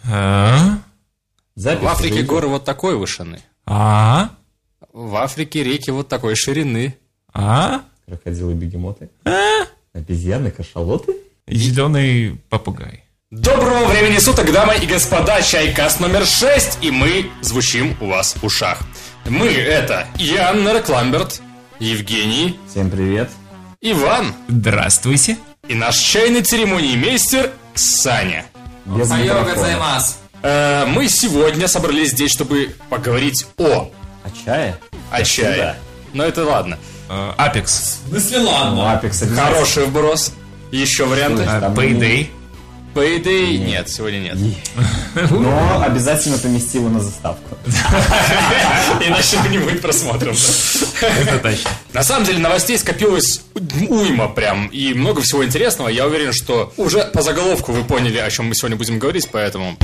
В Африке горы вот такой вышины. В Африке реки вот такой ширины. Крокодилы-бегемоты. Обезьяны, кашалоты. Зеленый попугай. Доброго времени суток, дамы и господа, чайкаст номер 6, и мы звучим у вас в ушах. Мы это Ян Рекламберт, Евгений. Всем привет. Иван. Здравствуйте. И наш чайный церемониймейстер Саня. Без микрофона. Мы сегодня собрались здесь, чтобы поговорить о чае? О чае. Но это ладно. Апекс. В смысле ладно? Апекс Хороший вброс. Еще варианты? Payday. Payday? Нет, сегодня нет. Но обязательно помести его на заставку. Иначе не будет просмотров. Это точно. На самом деле новостей скопилось уйма прям. И много всего интересного. Я уверен, что уже по заголовку вы поняли, о чем мы сегодня будем говорить, поэтому...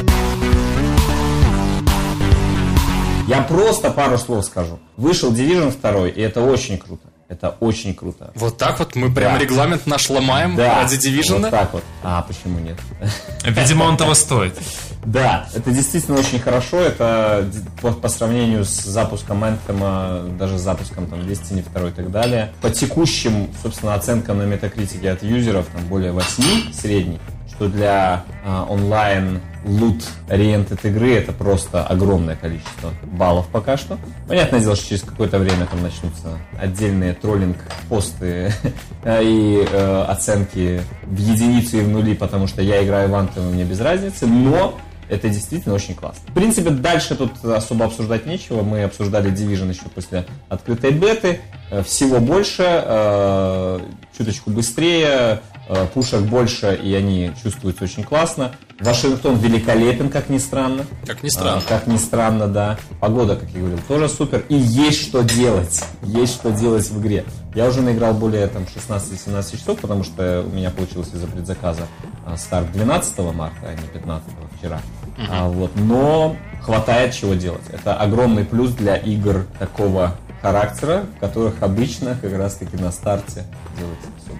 Я просто пару слов скажу. Вышел Division 2, и это очень круто. Это очень круто. Вот так вот мы прям регламент наш ломаем ради Division? Вот так вот. Почему нет? Видимо, он того стоит. Да, это действительно очень хорошо. Это по сравнению с запуском Anthem, даже с запуском там Destiny 2 и так далее. По текущим, собственно, оценкам на Metacritic от юзеров, там более 8 средний, что для онлайн лут-ориентед игры это просто огромное количество баллов пока что. Понятное дело, что через какое-то время там начнутся отдельные троллинг-посты и оценки в единицу и в нули, потому что я играю в Anthem, и мне без разницы, но это действительно очень классно. В принципе, дальше тут особо обсуждать нечего. Мы обсуждали Division еще после открытой беты. Всего больше, чуточку быстрее, пушек больше, и они чувствуются очень классно. Вашингтон великолепен, как ни странно. Как ни странно. Как ни странно, да. Погода, как я говорил, тоже супер. И есть что делать. Есть что делать в игре. Я уже наиграл более 16-17 часов, потому что у меня получилось из-за предзаказа старт 12 марта, а не 15 вчера. Но хватает чего делать. Это огромный плюс для игр такого характера, в которых обычно как раз-таки на старте делать особо.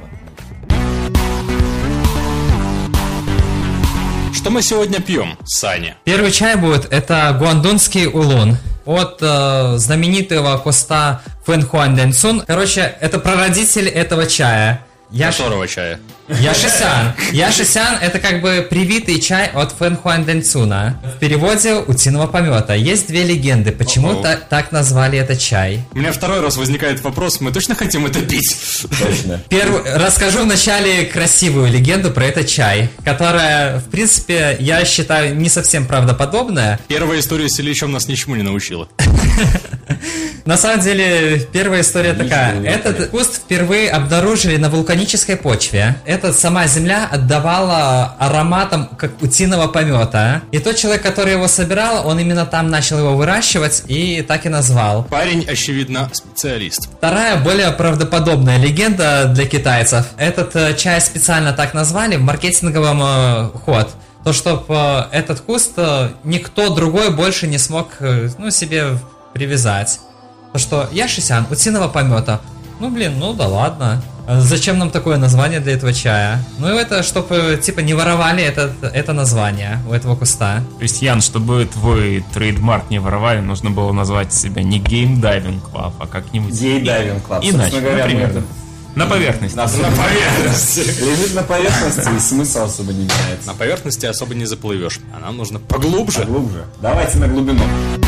Что мы сегодня пьем, Саня? Первый чай будет, это гуандунский улун от знаменитого куста Фэнхуандэнцун. Короче, это прародитель этого чая. Которого чая? Яшисян. Яшисян это как бы привитый чай от Фэнхуандэнцуна. В переводе утиного помета. Есть две легенды, почему так назвали этот чай. У меня второй раз возникает вопрос, мы точно хотим это пить? Точно. Расскажу вначале красивую легенду про этот чай, которая, в принципе, я считаю, не совсем правдоподобная. Первая история с Ильичем нас ничему не научила. На самом деле, первая история такая. Этот куст впервые обнаружили на вулканической почве. Сама земля отдавала ароматом как утиного помета. И тот человек, который его собирал, он именно там начал его выращивать и так и назвал. Парень, очевидно, специалист. Вторая, более правдоподобная легенда для китайцев. Этот чай специально так назвали в маркетинговом ход. То, чтобы этот куст никто другой больше не смог себе привязать. То, что Яшисян, утиного помета. Ну да ладно. Зачем нам такое название для этого чая? Ну и это, чтобы не воровали это название у этого куста. То есть, Ян, чтобы твой трейдмарк не воровали, нужно было назвать себя не Game Diving Club, а как-нибудь... Game Diving Club. Иначе, например. На поверхности. На поверхности. Лежит на поверхности, и смысл особо не меняется. На поверхности особо не заплывешь. А нам нужно поглубже. Давайте на глубину.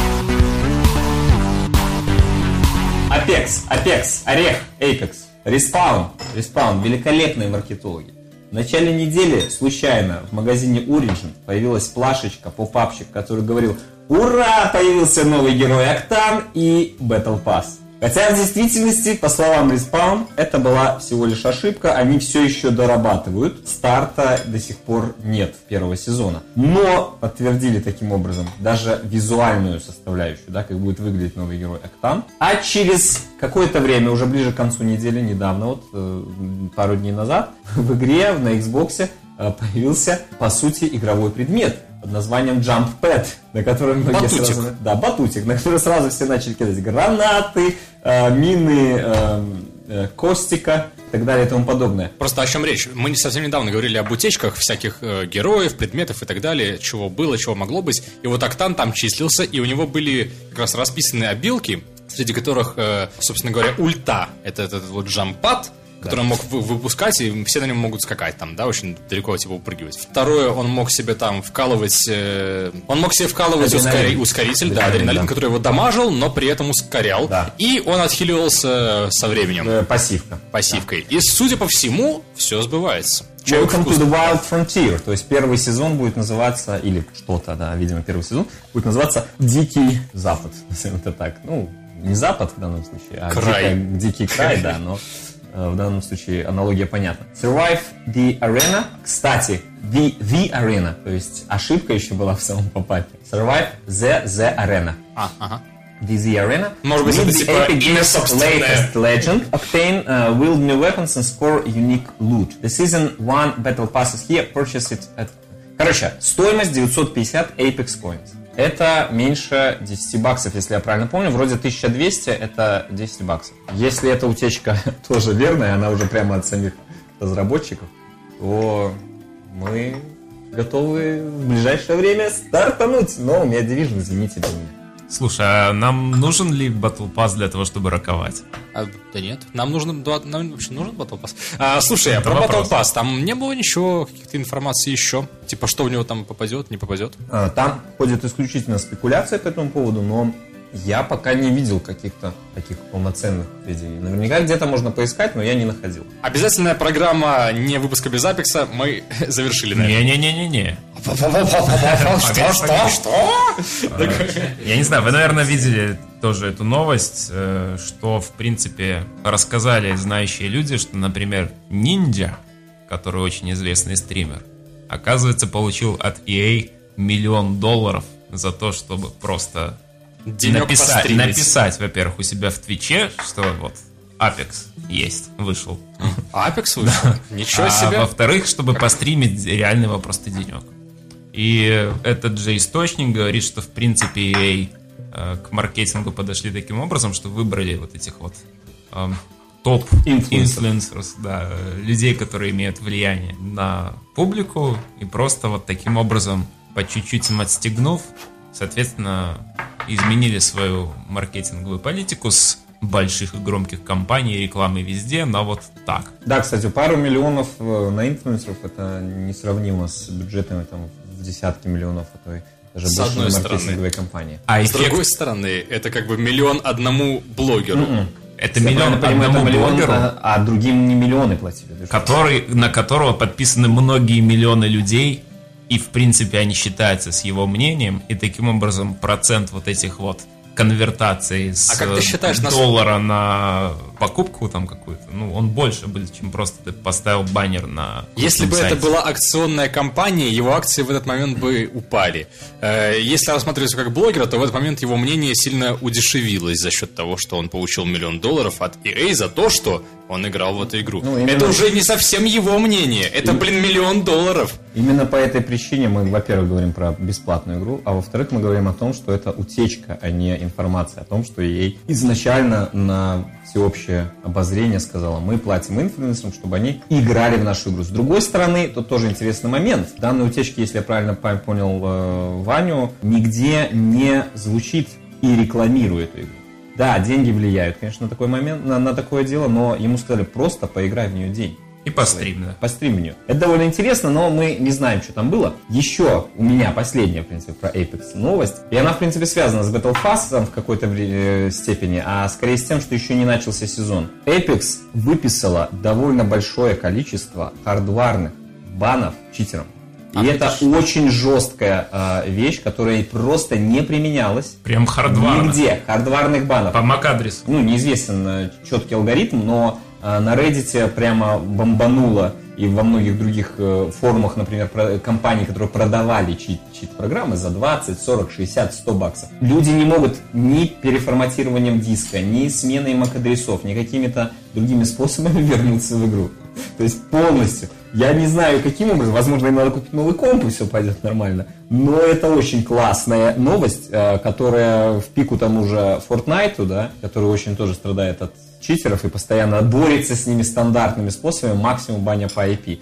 Apex, Орех, Apex, Respawn, великолепные маркетологи. В начале недели случайно в магазине Origin появилась плашечка, поп-апчик, который говорил: «Ура! Появился новый герой Октан и Battle Pass». Хотя в действительности, по словам Respawn, это была всего лишь ошибка, они все еще дорабатывают. Старта до сих пор нет первого сезона. Но подтвердили таким образом даже визуальную составляющую, как будет выглядеть новый герой Октан. А через какое-то время, уже ближе к концу недели, недавно, пару дней назад, в игре на Xbox появился, по сути, игровой предмет под названием Jump Pad, на котором батутик, на который сразу все начали кидать гранаты, мины, Костика и так далее и тому подобное. Просто о чем речь? Мы совсем недавно говорили об утечках всяких героев, предметов и так далее, чего было, чего могло быть. И вот Октан там числился, и у него были как раз расписаны обилки, среди которых, собственно говоря, ульта. Это этот вот джампад, который он мог выпускать, и все на нем могут скакать там, да, очень далеко типа упрыгивать. Второе, он мог себе там вкалывать... он мог себе вкалывать ускоритель, да, адреналин, который его дамажил, но при этом ускорял. Да. И он отхиливался со временем. Пассивкой. И, судя по всему, все сбывается. Welcome to the Wild Frontier. То есть первый сезон будет называться, или что-то, да, видимо, первый сезон будет называться «Дикий Запад». Это так, ну, не Запад в данном случае, а край. Дикий край, да, но... В данном случае аналогия понятна. Survive the Arena. Кстати, the Arena, то есть ошибка еще была в самом попапе. Survive the Arena. Ага. The Arena. Может быть, это типа имя собственное. Latest legend. Obtain wield new weapons and score unique loot. The Season 1 Battle Pass is here. Purchase it at... Короче, стоимость 950 Apex Coins. Это меньше 10 баксов, если я правильно помню. Вроде 1200 это 10 баксов. Если эта утечка тоже верная, она уже прямо от самих разработчиков, то мы готовы в ближайшее время стартануть. Но у меня Division, извините для меня. Слушай, а нам нужен ли Battle Pass для того, чтобы роковать? Да нет, нам вообще нужен Battle Pass. Слушай, а про Battle Pass, там не было ничего, каких-то информации еще? Типа, что в него там попадет, не попадет? Там ходит исключительно спекуляция по этому поводу, но я пока не видел каких-то таких полноценных идей. Наверняка где-то можно поискать, но я не находил. Обязательная программа не выпуска без Апекса мы завершили, наверное. Не-не-не-не-не. Что? Я не знаю, вы, наверное, видели тоже эту новость, что, в принципе, рассказали знающие люди, что, например, Ninja, который очень известный стример, оказывается, получил от EA $1 миллион за то, чтобы просто написать, во-первых, у себя в Твиче, что вот Apex есть, вышел. Apex вышел? Ничего себе. А во-вторых, чтобы постримить реальный просто денек. И этот же источник говорит, что в принципе EA к маркетингу подошли таким образом, что выбрали вот этих вот топ-инфлюенсеров, да, людей, которые имеют влияние на публику, и просто вот таким образом, по чуть-чуть им отстегнув, соответственно, изменили свою маркетинговую политику с больших и громких компаний, рекламы везде, но вот так. Да, кстати, пару миллионов на инфлюенсеров это несравнимо с бюджетами там, в десятки миллионов, а то и даже больше на маркетинговые компании. А с другой стороны, это как бы миллион одному блогеру. Это миллион одному блогеру, а другим не миллионы платили. На которого подписаны многие миллионы людей, и в принципе они считаются с его мнением, и таким образом процент вот этих вот конвертаций с доллара на покупку там какую-то, ну, он больше будет, чем просто ты поставил баннер на Если бы сайте. Это была акционная компания, его акции в этот момент бы упали. Если рассматривать как блогера, то в этот момент его мнение сильно удешевилось за счет того, что он получил $1 миллион от EA за то, что он играл в эту игру. Ну, это уже не совсем его мнение. Это, $1 миллион. Именно по этой причине мы, во-первых, говорим про бесплатную игру, а во-вторых, мы говорим о том, что это утечка, а не информация о том, что EA изначально на всеобщее обозрение сказала: мы платим инфлюенсерам, чтобы они играли в нашу игру. С другой стороны, тут тоже интересный момент. В данной утечке, если я правильно понял Ваню, нигде не звучит и рекламирует эту игру. Да, деньги влияют, конечно, на такой момент, на такое дело, но ему сказали: просто поиграй в нее день. И пострим, да. Пострим в нее. Это довольно интересно, но мы не знаем, что там было. Еще у меня последняя, в принципе, про Apex новость. И она, в принципе, связана с Battle Pass в какой-то степени, а скорее с тем, что еще не начался сезон. Apex выписала довольно большое количество хардварных банов читерам. И это очень жесткая вещь, которая просто не применялась. Прям хардварно. Нигде. Хардварных банов. По MAC-адресу. Ну, неизвестен четкий алгоритм, но на Reddit прямо бомбануло, и во многих других форумах, например, компаний, которые продавали чит-программы за 20, 40, 60, 100 баксов. Люди не могут ни переформатированием диска, ни сменой MAC-адресов, ни какими-то другими способами вернуться в игру. То есть полностью. Я не знаю, каким образом. Возможно, им надо купить новый комп, и все пойдет нормально. Но это очень классная новость, которая в пику тому же Fortnite, да, который очень тоже страдает от читеров и постоянно борется с ними стандартными способами, максимум баня по IP.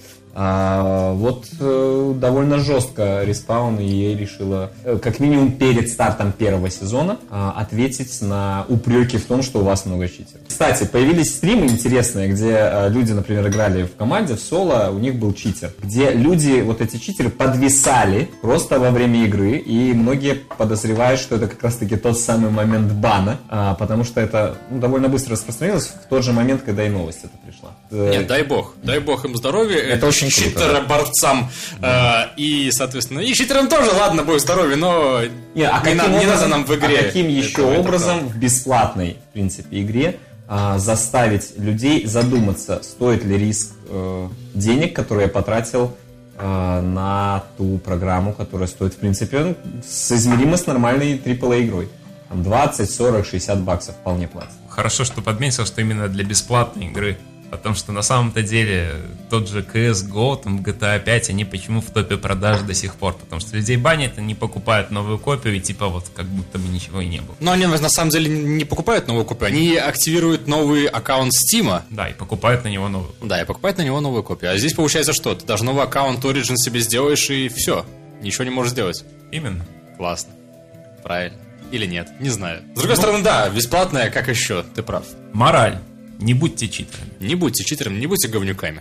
Довольно жестко Respawn и EA решила, как минимум перед стартом первого сезона, ответить на упреки в том, что у вас много читеров. Кстати, появились стримы интересные, где люди, например, играли в команде, в соло, у них был читер, где люди, вот эти читеры, подвисали просто во время игры, и многие подозревают, что это как раз-таки тот самый момент бана, потому что это довольно быстро распространилось в тот же момент, когда и новость эта пришла. Нет, дай бог им здоровья. Это очень читера-борцам. И, соответственно, и читерам тоже, ладно, бог здоровья, но не надо нам в игре. А каким еще образом в бесплатной, в принципе, игре заставить людей задуматься, стоит ли риск денег, которые я потратил на ту программу, которая стоит, в принципе, соизмеримо с нормальной AAA игрой. Там 20, 40, 60 баксов вполне платят. Хорошо, что подметил, что именно для бесплатной игры. Потому что на самом-то деле тот же CSGO, там GTA 5, они почему в топе продаж до сих пор? Потому что людей банят, они покупают новую копию, и типа вот как будто бы ничего и не было. Но они на самом деле не покупают новую копию, они активируют новый аккаунт Steam. Да, и покупают на него новую копию. Да, и покупают на него новую копию. А здесь получается что? Ты даже новый аккаунт Origin себе сделаешь, и все. Ничего не можешь сделать. Именно. Классно. Правильно. Или нет, не знаю. С другой стороны, да, бесплатная, как еще, ты прав. Мораль. Не будьте читерами. Не будьте читерами, не будьте говнюками.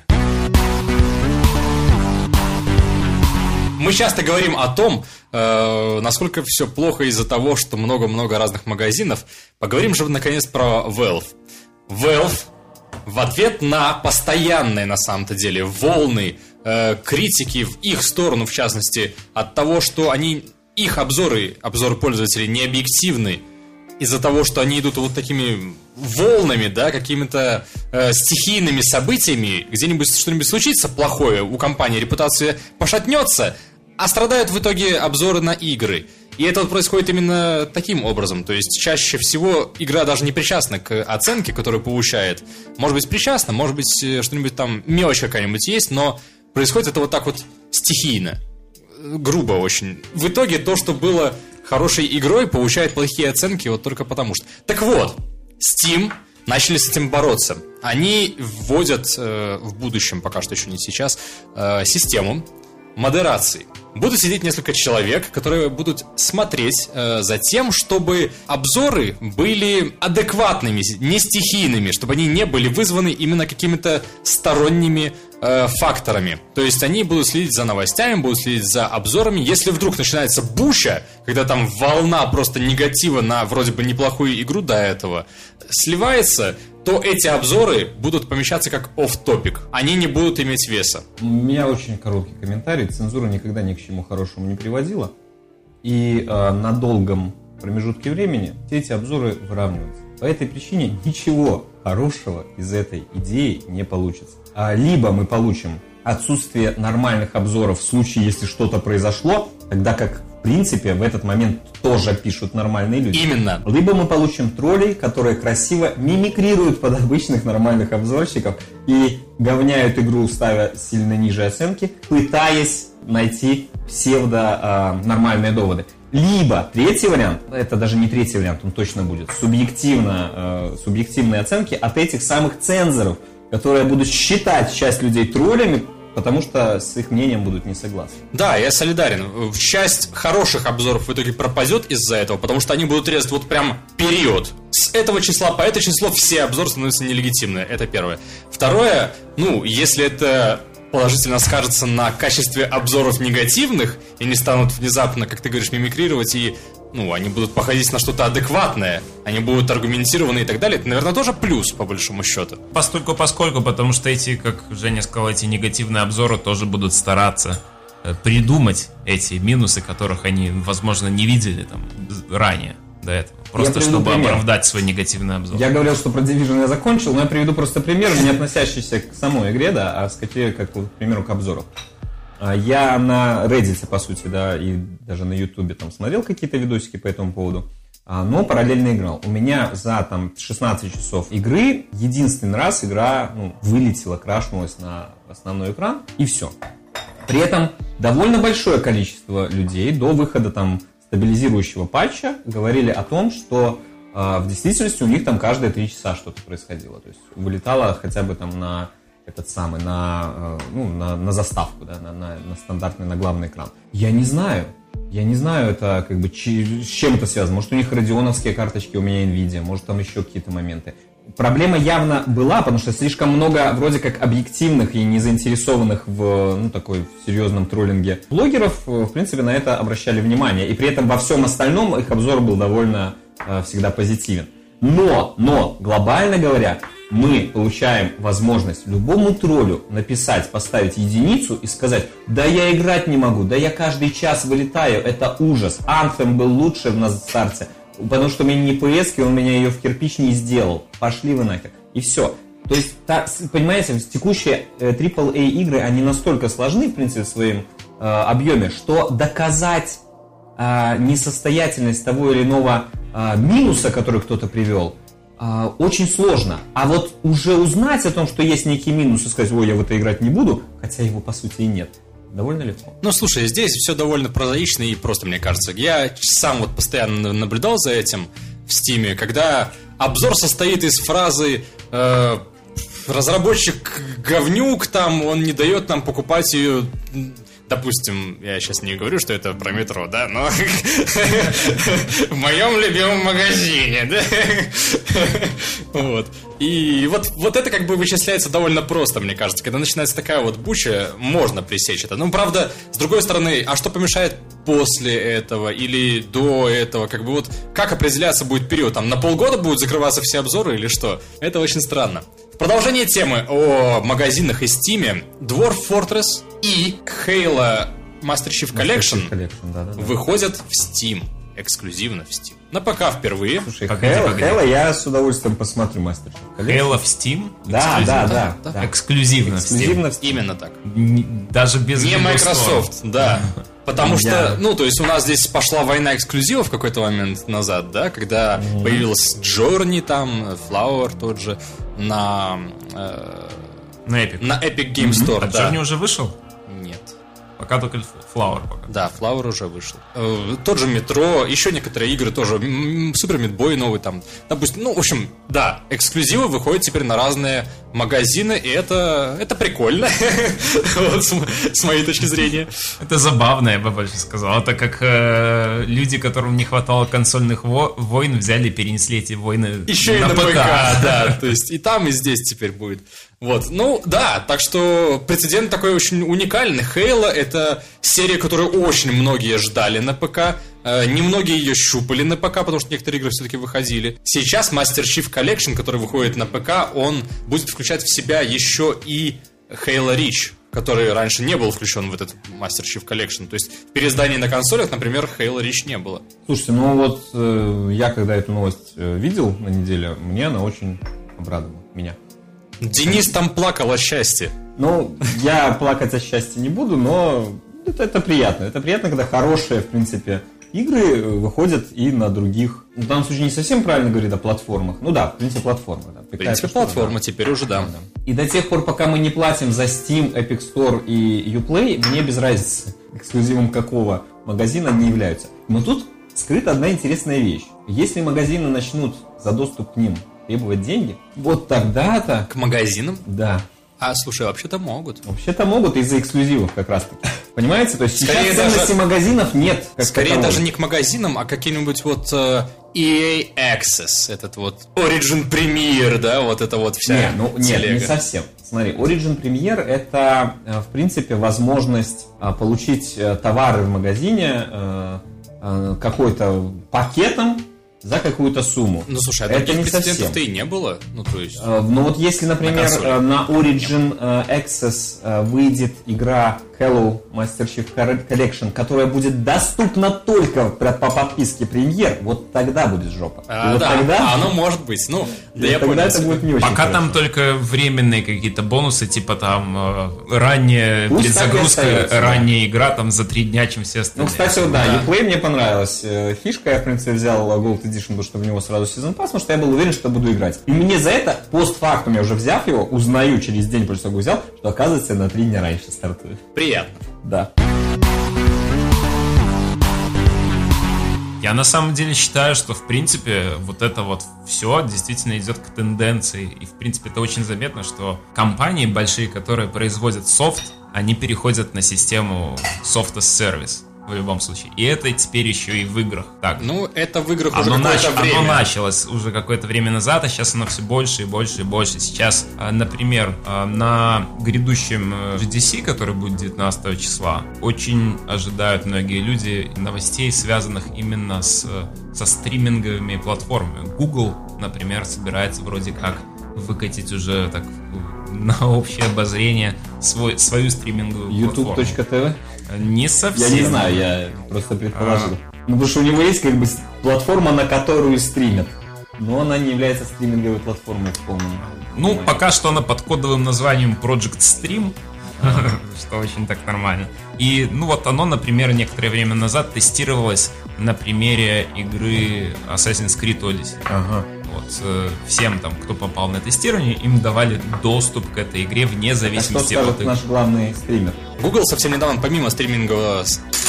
Мы часто говорим о том, насколько все плохо из-за того, что много-много разных магазинов. Поговорим же, наконец, про Valve. Valve в ответ на постоянные, на самом-то деле, волны критики в их сторону, в частности, от того, что их обзоры пользователей не объективны, из-за того, что они идут вот такими волнами, да, какими-то стихийными событиями, где-нибудь что-нибудь случится плохое, у компании репутация пошатнется, а страдают в итоге обзоры на игры. И это вот происходит именно таким образом. То есть чаще всего игра даже не причастна к оценке, которую получает. Может быть, причастна, может быть, что-нибудь там, мелочь какая-нибудь есть, но происходит это вот так вот стихийно, грубо очень. В итоге то, что было хорошей игрой, получает плохие оценки вот только потому что. Так вот, Steam начали с этим бороться. Они вводят в будущем, пока что еще не сейчас, систему модерации. Будут сидеть несколько человек, которые будут смотреть за тем, чтобы обзоры были адекватными, не стихийными, чтобы они не были вызваны именно какими-то сторонними факторами. То есть они будут следить за новостями, будут следить за обзорами. Если вдруг начинается буча, когда там волна просто негатива на вроде бы неплохую игру до этого сливается, то эти обзоры будут помещаться как off-topic. Они не будут иметь веса. У меня очень короткий комментарий. Цензура никогда ни к чему хорошему не приводила. И на долгом промежутке времени все эти обзоры выравниваются. По этой причине ничего хорошего из этой идеи не получится. Либо мы получим отсутствие нормальных обзоров в случае, если что-то произошло, тогда как в принципе в этот момент тоже пишут нормальные люди. Именно. Либо мы получим троллей, которые красиво мимикрируют под обычных нормальных обзорщиков и говняют игру, ставя сильно ниже оценки, пытаясь найти псевдо-нормальные доводы. Либо третий вариант, это даже не третий вариант, он точно будет, субъективные оценки от этих самых цензоров, которые будут считать часть людей троллями, потому что с их мнением будут не согласны. Да, я солидарен. Часть хороших обзоров в итоге пропадет из-за этого, потому что они будут резать вот прям период. С этого числа по это число все обзоры становятся нелегитимны. Это первое. Второе, если это положительно скажется на качестве обзоров негативных и не станут внезапно, как ты говоришь, мимикрировать и они будут походить на что-то адекватное, они будут аргументированы и так далее, это, наверное, тоже плюс, по большому счету. Поскольку, потому что эти, как Женя сказал, эти негативные обзоры тоже будут стараться придумать эти минусы, которых они, возможно, не видели там ранее до этого. Просто чтобы оправдать свой негативный обзор. Я говорил, что про Division я закончил, но я приведу просто пример, не относящийся к самой игре, да, а скорее, к примеру, к обзору. Я на Reddit, по сути, да, и даже на YouTube там смотрел какие-то видосики по этому поводу. но параллельно играл. У меня за там 16 часов игры единственный раз игра вылетела, крашнулась на основной экран, и все. При этом довольно большое количество людей до выхода там стабилизирующего патча говорили о том, что в действительности у них там каждые 3 часа что-то происходило. То есть вылетало хотя бы там на на заставку, да, на стандартный, на главный экран. Я не знаю, это как бы с чем это связано. Может, у них радионовские карточки, у меня Nvidia, может, там еще какие-то моменты. Проблема явно была, потому что слишком много вроде как объективных и не заинтересованных в такой серьезном троллинге блогеров, в принципе, на это обращали внимание. И при этом во всем остальном их обзор был довольно всегда позитивен. Но, глобально говоря, мы получаем возможность любому троллю написать, поставить единицу и сказать: да я играть не могу, да я каждый час вылетаю, это ужас. Anthem был лучше на старте, потому что у меня не PS, он меня ее в кирпич не сделал. Пошли вы нахер. И все. То есть, понимаете, текущие AAA игры, они настолько сложны, в принципе, в своем объеме, что доказать несостоятельность того или иного минуса, который кто-то привел, очень сложно. А вот уже узнать о том, что есть некий минус, и сказать: ой, я в это играть не буду, хотя его по сути и нет, довольно легко. Ну, слушай, здесь все довольно прозаично и просто, мне кажется. Я сам вот постоянно наблюдал за этим в Стиме, когда обзор состоит из фразы «разработчик говнюк, там, он не дает нам покупать ее». Допустим, я сейчас не говорю, что это про метро, да, но в моем любимом магазине, да. Вот. И вот это как бы вычисляется довольно просто, мне кажется. Когда начинается такая вот буча, можно пресечь это. Ну, правда, с другой стороны, а что помешает после этого или до этого? Как бы вот как определяться будет период? Там на полгода будут закрываться все обзоры или что? Это очень странно. В продолжение темы о магазинах и Steam, Dwarf Fortress и Halo Master Chief Collection выходят в Steam. Эксклюзивно в Steam. На ПК впервые. Слушай, Halo я с удовольствием посмотрю Master Chief Collection. Halo в Steam? Да. Эксклюзивно в Steam. Именно так. Даже без не Microsoft, да. Потому что, то есть у нас здесь пошла война эксклюзивов в какой-то момент назад, да, когда появилась Journey, там, Flower тот же, на Epic Game Store, да. Journey уже вышел? Нет. Пока только Flower пока. Да, Flower уже вышел. Тот же Метро, еще некоторые игры тоже. Супер Мидбой новый там. Допустим, в общем, да, эксклюзивы выходят теперь на разные магазины, и это прикольно. Вот с моей точки зрения. Это забавно, я бы больше сказал. Это как люди, которым не хватало консольных войн, взяли и перенесли эти войны еще на ПК. Да, то есть и там, и здесь теперь будет. Вот, да, так что прецедент такой очень уникальный. Halo — это серия, которую очень многие ждали на ПК. Немногие ее щупали на ПК, потому что некоторые игры все-таки выходили. Сейчас Master Chief Collection, который выходит на ПК, он будет включать в себя еще и Halo Reach, который раньше не был включен в этот Master Chief Collection. То есть в переиздании на консолях, например, Halo Reach не было. Слушайте, я когда эту новость видел на неделе, мне она очень обрадовала меня. Денис там плакал от счастья. Я плакать от счастья не буду, но это приятно. Это приятно, когда хорошие, в принципе, игры выходят и на других. В данном случае не совсем правильно говорит о платформах. В принципе, платформа. Да. В принципе, платформа, теперь уже да. И до тех пор, пока мы не платим за Steam, Epic Store и Uplay, мне без разницы, эксклюзивом какого магазина они являются. Но тут скрыта одна интересная вещь. Если магазины начнут за доступ к ним требовать деньги, вот тогда-то... К магазинам? Да. Слушай, вообще-то могут. Вообще-то могут из-за эксклюзивов как раз-таки. Понимаете? То есть скорее сейчас ценности магазинов нет. Скорее даже не к магазинам, а какие-нибудь EA Access, этот Origin Premier, да, вот это вот вся телега. Нет, не совсем. Смотри, Origin Premier — это, в принципе, возможность получить товары в магазине какой-то пакетом за какую-то сумму. Слушай, это не прецедентов-то и не было. Если, например, на Origin Access выйдет игра, Hello Master Chief Collection, которая будет доступна только по подписке премьер, вот тогда будет жопа. Вот да, тогда... оно может быть. Ну, да, я тогда это будет не очень Пока хорошо. Там только временные какие-то бонусы, типа там ранняя перезагрузка, ранняя игра там за 3 дня, чем все остальные. Ну, кстати, вот, да, Uplay мне понравилась фишка. Я, в принципе, взял Gold Edition, потому что в него сразу Season Pass, потому что я был уверен, что буду играть. И мне за это, постфактум, я уже взяв его, узнаю через день после того, как взял, что, оказывается, я на 3 дня раньше стартую. Приятно. Да. Я на самом деле считаю, что в принципе вот это вот все действительно идет к тенденции. И в принципе это очень заметно, что компании большие, которые производят софт, они переходят на систему Soft as Service в любом случае. И это теперь еще и в играх. Так. Ну, это в играх уже какое-то время. Оно началось уже какое-то время назад, а сейчас оно все больше и больше и больше. Сейчас, например, на грядущем GDC, который будет 19 числа, очень ожидают многие люди новостей, связанных именно со стриминговыми платформами. Google, например, собирается вроде как выкатить уже так на общее обозрение свою стриминговую платформу. YouTube.tv? Не совсем. Я не знаю, я просто предположил. Ну, потому что у него есть как бы платформа, на которую стримят. Но она не является стриминговой платформой в полном. Ну, пока что она под кодовым названием Project Stream, что очень так нормально. И, ну вот оно, например, некоторое время назад тестировалось на примере игры Assassin's Creed Odyssey. Ага. Вот всем там, кто попал на тестирование, им давали доступ к этой игре вне зависимости от... А что от... скажет наш главный стример? Google совсем недавно, помимо стримингового...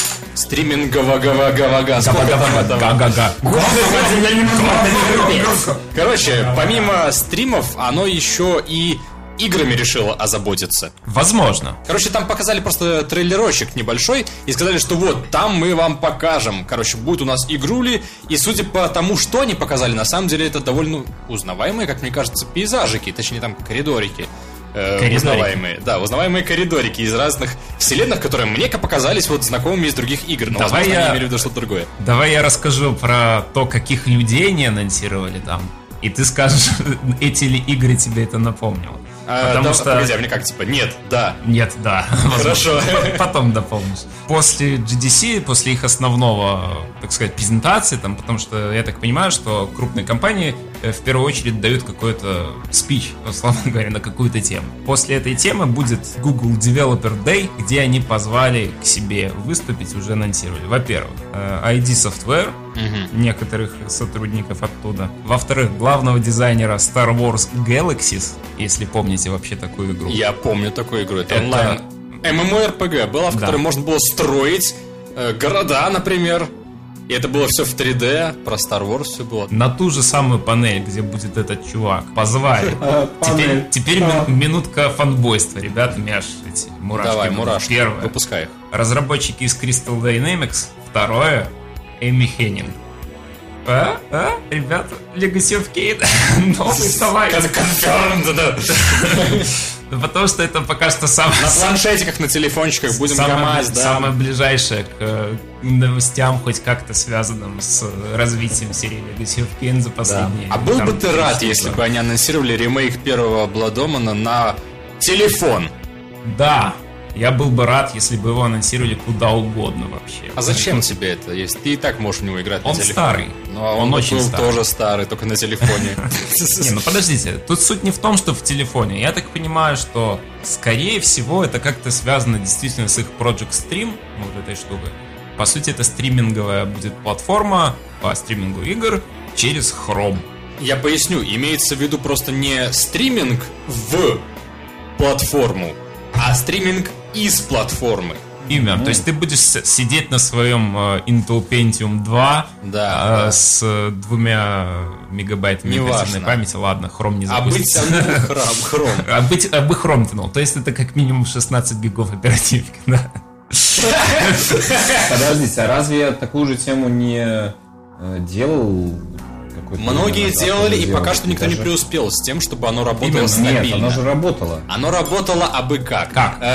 Короче, помимо стримов, оно еще и играми решила озаботиться. Возможно. Короче, там показали просто трейлерочек небольшой и сказали, что вот, там мы вам покажем. Короче, будет у нас игрули, и судя по тому, что они показали, на самом деле это довольно узнаваемые, как мне кажется, пейзажики, точнее там коридорики. Узнаваемые. Да, узнаваемые коридорики из разных вселенных, которые мне показались вот знакомыми из других игр. Но, возможно, они имели в виду что-то другое. Давай я расскажу про то, каких людей они анонсировали там. И ты скажешь, эти ли игры тебе это напомнило. Потому что... Погоди, а мне как, типа, нет, да. Нет, да. Хорошо. Потом дополнишь. После GDC, после их основного, так сказать, презентации, там, потому что я так понимаю, что крупные компании в первую очередь дают какой-то спич, условно говоря, на какую-то тему. После этой темы будет Google Developer Day, где они позвали к себе выступить, уже анонсировали. Во-первых, ID Software, некоторых сотрудников оттуда. Во-вторых, главного дизайнера Star Wars Galaxies, если помните вообще такую игру. Я помню такую игру. Это онлайн MMORPG была, в которой можно было строить города, например. И это было все в 3D, про Star Wars все было. На ту же самую панель, где будет этот чувак, позвали. Теперь минутка фанбойства, ребята, Мяш, эти мурашки. Давай, мурашки, первое. Выпускай их. Разработчики из Crystal Dynamics. Второе, Эми Хеннинг. Ребята, Legacy of Kain. Новый товарищ. Confirmed, да. Потому что это пока что самое... На планшетиках, на телефончиках будем гамать, да. Самое ближайшее к новостям, хоть как-то связанным с развитием серии Legacy of Kain за последние... А был бы ты рад, если бы они анонсировали ремейк первого Blood-Omen на телефон? Да. Я был бы рад, если бы его анонсировали куда угодно вообще. А зачем тебе это, если ты и так можешь в него играть на телефоне? Он старый. Ну, а он очень был старый. тоже старый, только на телефоне. Не, ну подождите, тут суть не в том, что в телефоне. Я так понимаю, что, скорее всего, это как-то связано действительно с их Project Stream, вот этой штукой. По сути, это стриминговая будет платформа по стримингу игр через Chrome. Я поясню, имеется в виду просто не стриминг в платформу, а стриминг из платформы. Именно, то есть ты будешь сидеть на своем Intel Pentium 2 с 2 мегабайтами оперативной памяти. Ладно, Chrome не запустится. Chrome. А бы Chrome тянул. То есть это как минимум 16 гигов оперативки, да. Подождите, а разве я такую же тему не делал? Многие делали, и пока что никто не преуспел с тем, чтобы оно работало стабильно. Нет, оно же работало. Оно работало абы как.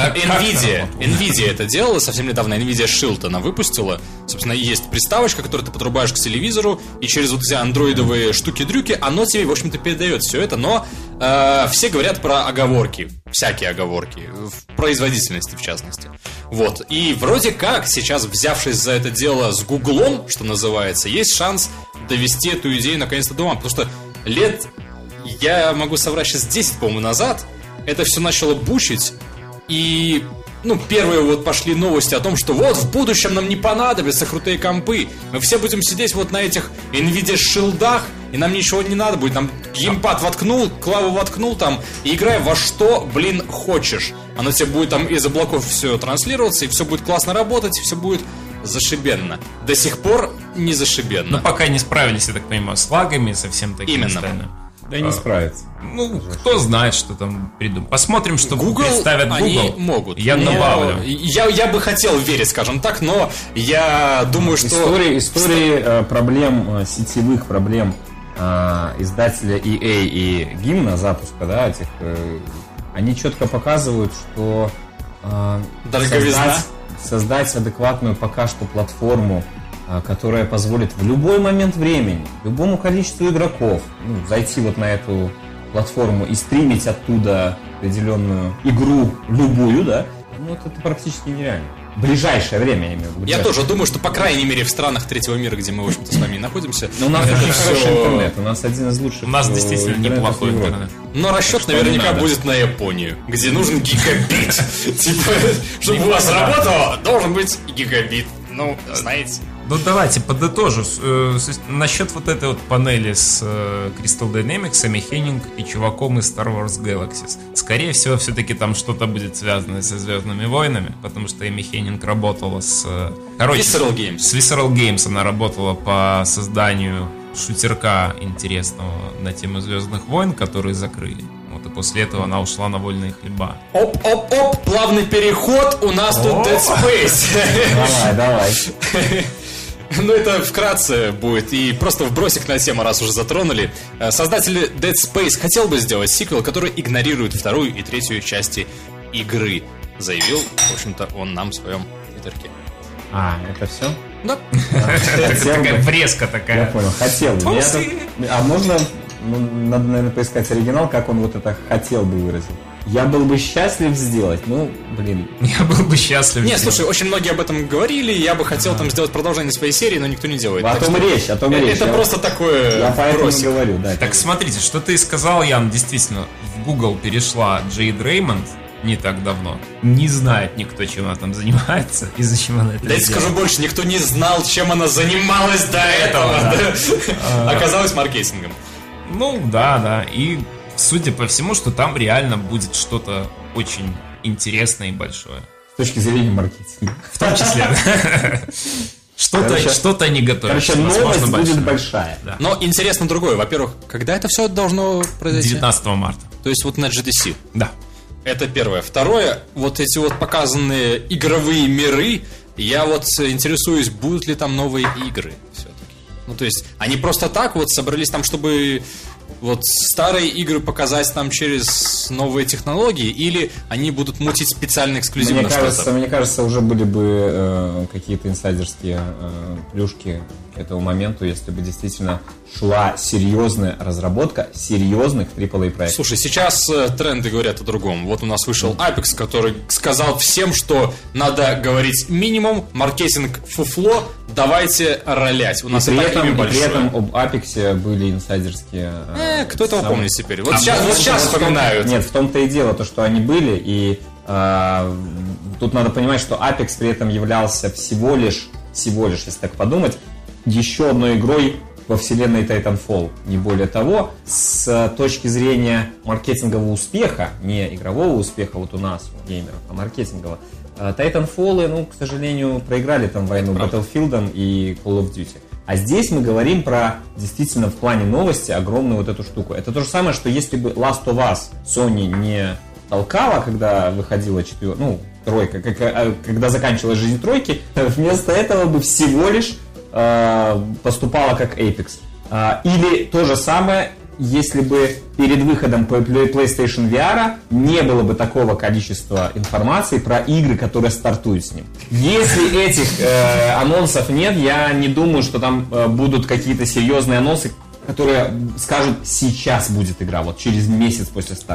Nvidia это делала совсем недавно. Nvidia Shield она выпустила. Собственно, есть приставочка, которую ты подрубаешь к телевизору, и через вот эти андроидовые штуки-дрюки оно тебе, в общем-то, передает все это. Но все говорят про оговорки. всякие оговорки, в производительности в частности. Вот, и вроде как сейчас, взявшись за это дело с Гуглом, что называется, есть шанс довести эту идею наконец-то до ума, потому что лет, я могу соврать, сейчас 10, по-моему, назад, это все начало бучить, и... первые вот пошли новости о том, что вот в будущем нам не понадобятся крутые компы. Мы все будем сидеть вот на этих Nvidia шилдах, и нам ничего не надо будет. Там геймпад воткнул, клаву воткнул там, и играй во что, хочешь. Оно тебе будет там из облаков все транслироваться, и все будет классно работать, и все будет зашибенно. До сих пор не зашибенно. Но пока не справились, я так понимаю, с лагами, со всем таким Именно. остальным. Да не справится. Кто знает, что там придумают. Посмотрим, что Google, представят Google. они могут. Я добавлю. Я бы хотел верить, скажем так, но я думаю, что... Истории проблем, сетевых проблем издателя EA и гимна запуска, да, этих, они четко показывают, что создать адекватную пока что платформу, которая позволит в любой момент времени любому количеству игроков зайти вот на эту платформу и стримить оттуда определенную игру, любую, да, это практически нереально. В ближайшее время, я имею в виду. Я тоже думаю, что, по крайней мере, в странах третьего мира, где мы, в общем-то, с вами и находимся... Но у нас очень хороший интернет, у нас один из лучших. У нас действительно неплохой интернет. Но расчет наверняка будет на Японию, где нужен гигабит. Типа, чтобы у вас работало, должен быть гигабит. Знаете... Давайте подытожу. Насчет вот этой вот панели с Crystal Dynamics, Эми Хеннинг и чуваком из Star Wars Galaxies. Скорее всего, все-таки там что-то будет связано со Звездными войнами, потому что Эми Хеннинг работала с... Visceral Games. С Visceral Games она работала по созданию шутерка интересного на тему Звездных войн, которые закрыли. Вот, и после этого она ушла на вольные хлеба. Оп, плавный переход, у нас тут Dead Space. Давай. Это вкратце будет. И просто вбросик на тему, раз уже затронули. Создатели Dead Space хотел бы сделать сиквел, который игнорирует вторую и третью части игры. Заявил, в общем-то, он нам в своем твиттерке. Это все? Да. Такая врезка такая. Я понял, хотел бы. А можно, надо, наверное, поискать оригинал, как он вот это хотел бы выразить. Я был бы счастлив сделать, Я был бы счастлив. Не, слушай, очень многие об этом говорили, я бы хотел там сделать продолжение своей серии, но никто не делает. О том речь. Это просто такое. Я поэтому говорю, да. Так смотрите, что ты сказал, Ян, действительно, в Google перешла Джейд Реймонд не так давно. Не знает никто, чем она там занимается и зачем она это делает. Да я скажу больше, никто не знал, чем она занималась до этого. Оказалось маркетингом. Да. И судя по всему, что там реально будет что-то очень интересное и большое. С точки зрения маркетинга. В том числе. Что-то они готовят. Новость будет большая. Да. Но интересно другое. Во-первых, когда это все должно произойти? 19 марта. То есть вот на GDC. Да. Это первое. Второе, вот эти вот показанные игровые миры, я вот интересуюсь, будут ли там новые игры все-таки. То есть, они просто так вот собрались там, чтобы вот старые игры показать нам через новые технологии, или они будут мутить специально эксклюзивно что-то? Мне кажется, уже были бы какие-то инсайдерские плюшки к этому моменту, если бы действительно шла серьезная разработка серьезных AAA проектов. Слушай, сейчас тренды говорят о другом. Вот у нас вышел Apex, который сказал всем, что надо говорить минимум, маркетинг фуфло, давайте ролять. У нас и так имя большое. При этом об Apex были инсайдерские... Кто этого помнит теперь? Вот сейчас вспоминают. Нет, в том-то и дело, то, что они были, и тут надо понимать, что Apex при этом являлся всего лишь, если так подумать, еще одной игрой во вселенной Titanfall, не более того. С точки зрения маркетингового успеха, не игрового успеха вот у нас, у геймеров, а маркетингового, Titanfall, к сожалению, проиграли там войну Battlefield и Call of Duty. А здесь мы говорим про, действительно, в плане новости, огромную вот эту штуку. Это то же самое, что если бы Last of Us Sony не толкала, когда выходила тройка, когда заканчивалась жизнь тройки, вместо этого бы всего лишь поступала как Apex. Или то же самое, если бы перед выходом PlayStation VR не было бы такого количества информации про игры, которые стартуют с ним. Если этих анонсов нет, я не думаю, что там будут какие-то серьезные анонсы, которые скажут, сейчас будет игра, вот через месяц после старта.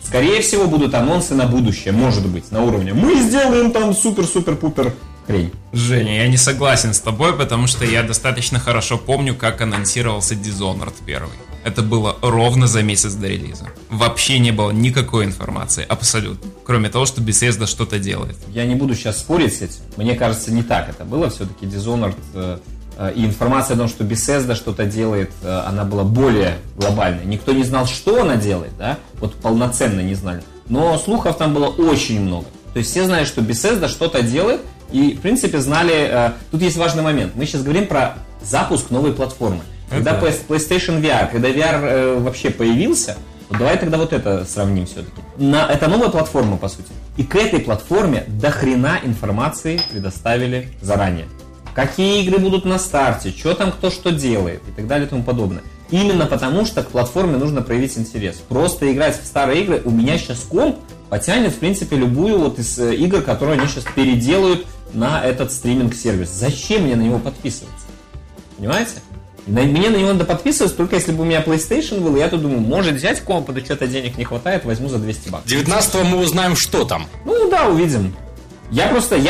Скорее всего, будут анонсы на будущее, может быть, на уровне. Мы сделаем там супер-супер-пупер хрень. Женя, я не согласен с тобой, потому что я достаточно хорошо помню, как анонсировался Dishonored 1. Это было ровно за месяц до релиза. Вообще не было никакой информации, абсолютно. Кроме того, что Bethesda что-то делает. Я не буду сейчас спорить с этим. Мне кажется, не так это было. Все-таки Dishonored и информация о том, что Bethesda что-то делает, она была более глобальной. Никто не знал, что она делает, да? Вот полноценно не знали. Но слухов там было очень много. То есть все знают, что Bethesda что-то делает, и, в принципе, знали... Тут есть важный момент. Мы сейчас говорим про запуск новой платформы. Когда PlayStation VR, когда VR вообще появился, вот давай тогда вот это сравним все-таки. Это новая платформа, по сути. И к этой платформе до хрена информации предоставили заранее. Какие игры будут на старте, что там кто что делает и так далее и тому подобное. Именно потому, что к платформе нужно проявить интерес. Просто играть в старые игры, у меня сейчас комп потянет, в принципе, любую вот из игр, которые они сейчас переделают на этот стриминг-сервис. Зачем мне на него подписываться? Понимаете? Мне на него надо подписываться, только если бы у меня PlayStation был, я тут думаю, может взять комп, да что-то денег не хватает, возьму за 200 баксов. 19-го мы узнаем, что там. Ну да, увидим. Я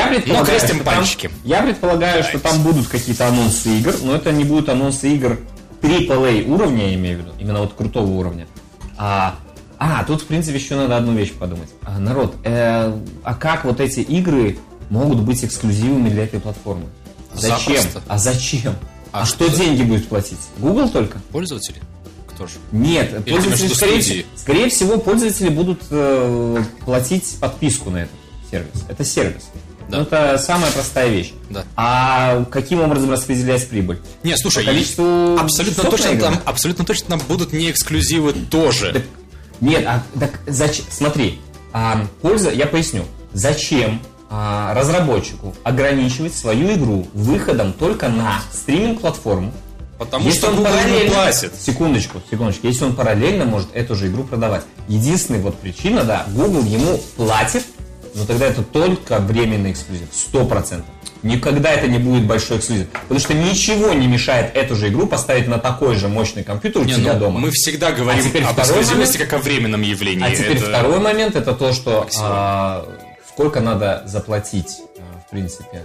предполагаю, что там будут какие-то анонсы игр, но это не будут анонсы игр AAA уровня, я имею в виду, именно вот крутого уровня. Тут, в принципе, еще надо одну вещь подумать. Народ, как вот эти игры могут быть эксклюзивами для этой платформы? Зачем? Запросто. Зачем? Что деньги будет платить? Google только? Пользователи? Кто же? Нет, пользователи, скорее всего, пользователи будут платить подписку на этот сервис. Это сервис. Да. Это самая простая вещь. Да. А каким образом распределять прибыль? Не, слушай, абсолютно точно там будут не эксклюзивы тоже. Так, нет, зачем? Смотри, я поясню. Зачем разработчику ограничивать свою игру выходом только на стриминг-платформу? Потому что он параллельно платит. Секундочку. Если он параллельно может эту же игру продавать. Единственная вот причина, да, Google ему платит, но тогда это только временный эксклюзив. 100%. Никогда это не будет большой эксклюзив. Потому что ничего не мешает эту же игру поставить на такой же мощный компьютер у тебя дома. Мы всегда говорим об эксклюзивности как о временном явлении. А теперь второй момент, это то, что сколько надо заплатить, в принципе,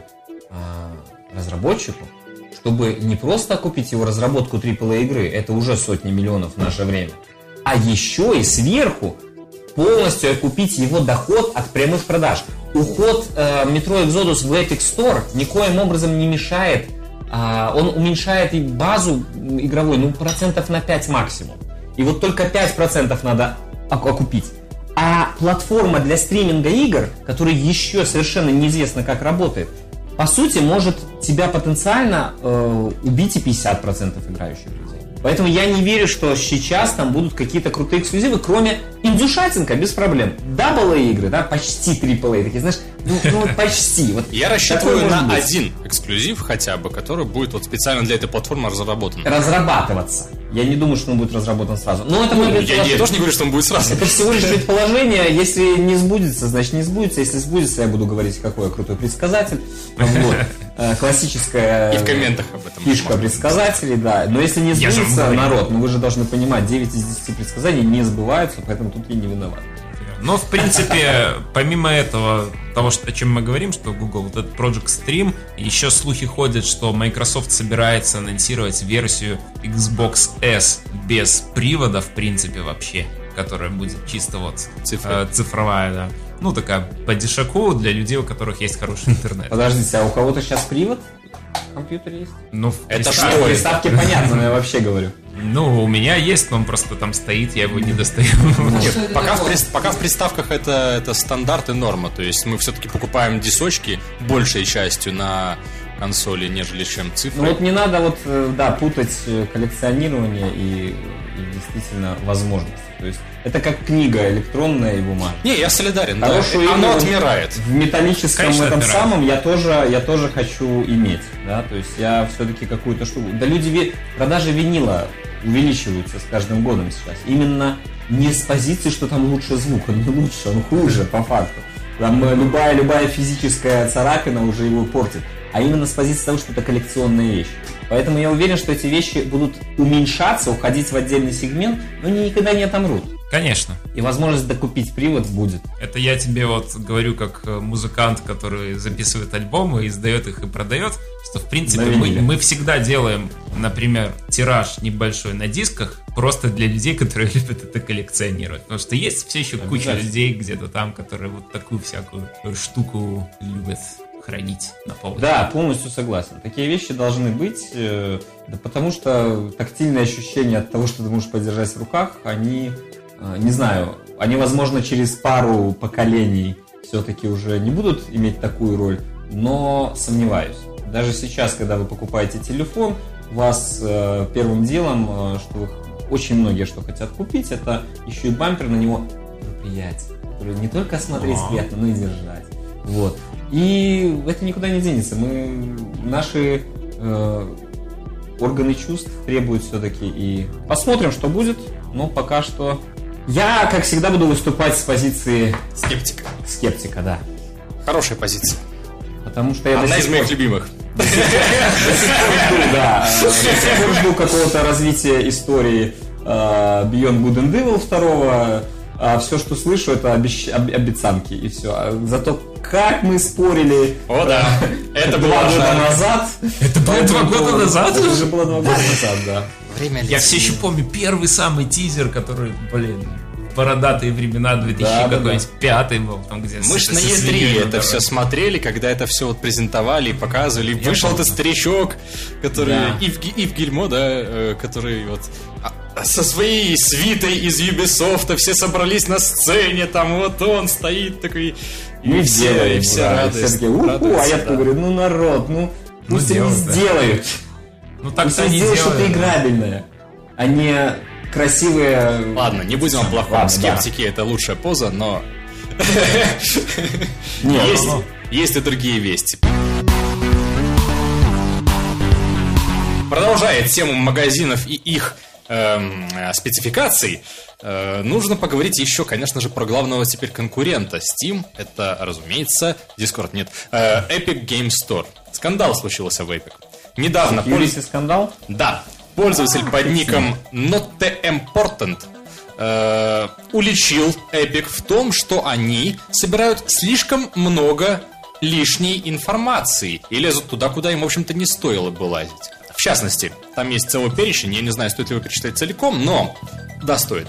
разработчику, чтобы не просто окупить его разработку AAA игры, это уже сотни миллионов в наше время, а еще и сверху полностью окупить его доход от прямых продаж. Уход Metro Exodus в Epic Store никоим образом не мешает, он уменьшает и базу игровой, процентов на 5 максимум. И вот только 5% надо окупить. А платформа для стриминга игр, которая еще совершенно неизвестно как работает, по сути, может тебя потенциально убить и 50% играющих людей. Поэтому я не верю, что сейчас там будут какие-то крутые эксклюзивы, кроме индюшатинка, без проблем. AA игры, да, почти AAA, такие, знаешь, почти. Вот я рассчитываю на один эксклюзив хотя бы, который будет вот специально для этой платформы разработан. Разрабатываться. Я не думаю, что он будет разработан сразу. Но это я тоже не говорю, что он будет сразу. Это всего лишь предположение. Если не сбудется, значит не сбудется. Если сбудется, я буду говорить, какой я крутой предсказатель. Вот. Классическая и в комментах об этом фишка предсказателей, да. Но если не сбудется, народ, вы же должны понимать, 9 из 10 предсказаний не сбываются, поэтому тут я не виноват. Но, в принципе, помимо этого, того, о чем мы говорим, что Google, вот этот Project Stream, еще слухи ходят, что Microsoft собирается анонсировать версию Xbox S без привода, в принципе, вообще, которая будет чисто вот цифровая, да. Ну, такая по дешаку для людей, у которых есть хороший интернет. Подождите, а у кого-то сейчас привод в компьютере есть? Ну, это что? В приставке понятно, но я вообще говорю. Ну, у меня есть, но он просто там стоит, я его не достаю. Пока в приставках это стандарт и норма. То есть мы все-таки покупаем дисочки большей частью на консоли, нежели чем цифры. Ну вот не надо путать коллекционирование и действительно возможности. То есть это как книга электронная и бумажная. Не, я солидарен, да. Оно отмирает. В металлическом самом я тоже хочу иметь. Да? То есть я все-таки какую-то штуку. Да продажи винила увеличиваются с каждым годом сейчас. Именно не с позиции, что там лучше звук, он не лучше, он хуже по факту. Там любая физическая царапина уже его портит. А именно с позиции того, что это коллекционная вещь. Поэтому я уверен, что эти вещи будут уменьшаться, уходить в отдельный сегмент, но они никогда не отомрут. Конечно. И возможность докупить привод будет. Это я тебе вот говорю как музыкант, который записывает альбомы, издает их и продает, что в принципе мы всегда делаем, например, тираж небольшой на дисках, просто для людей, которые любят это коллекционировать. Потому что есть все еще куча людей где-то там, которые вот такую всякую штуку любят хранить на полке. Да, полностью согласен. Такие вещи должны быть, да потому что тактильные ощущения от того, что ты можешь подержать в руках, они, не знаю, они, возможно, через пару поколений все-таки уже не будут иметь такую роль, но сомневаюсь. Даже сейчас, когда вы покупаете телефон, у вас первым делом, что вы очень многие что хотят купить, это еще и бампер на него мероприятие, который не только смотреть приятно, но и держать. Вот. И это никуда не денется. Наши органы чувств требуют все-таки, и посмотрим, что будет. Но пока что я, как всегда, буду выступать с позиции скептика, да. Хорошая позиция. Потому что я одна из моих любимых. До сих пор жду какого-то развития истории Beyond Good and Evil 2. А все, что слышу, это обещанки и все. Зато как мы спорили это 2 года назад. Это было 2 года назад? Это уже было 2 года назад, да. Я все еще помню первый самый тизер, который, бородатые времена 2005 был, там где мы ж на E3 это все смотрели, когда это все вот презентовали и показывали. Вышел этот старичок, который Ив Гильмо, да, который вот со своей свитой из Ubisoft все собрались на сцене, там вот он стоит такой, и все радуются. А я говорю, народ, пусть они сделают. Так они сделают что-то играбельное, а не красивые... Ладно, не будем о плохом. Скептики это лучшая поза, но есть и другие вести. Продолжая тему магазинов и их спецификаций, нужно поговорить еще, конечно же, про главного теперь конкурента Steam. Это, разумеется, Discord, нет, Epic Game Store. Скандал случился в Epic. Недавно... скандал? Да. Пользователь под ником NotTheImportant уличил Epic в том, что они собирают слишком много лишней информации и лезут туда, куда им, в общем-то, не стоило бы лазить. В частности, там есть целый перечень, я не знаю, стоит ли его перечитать целиком, но да, стоит.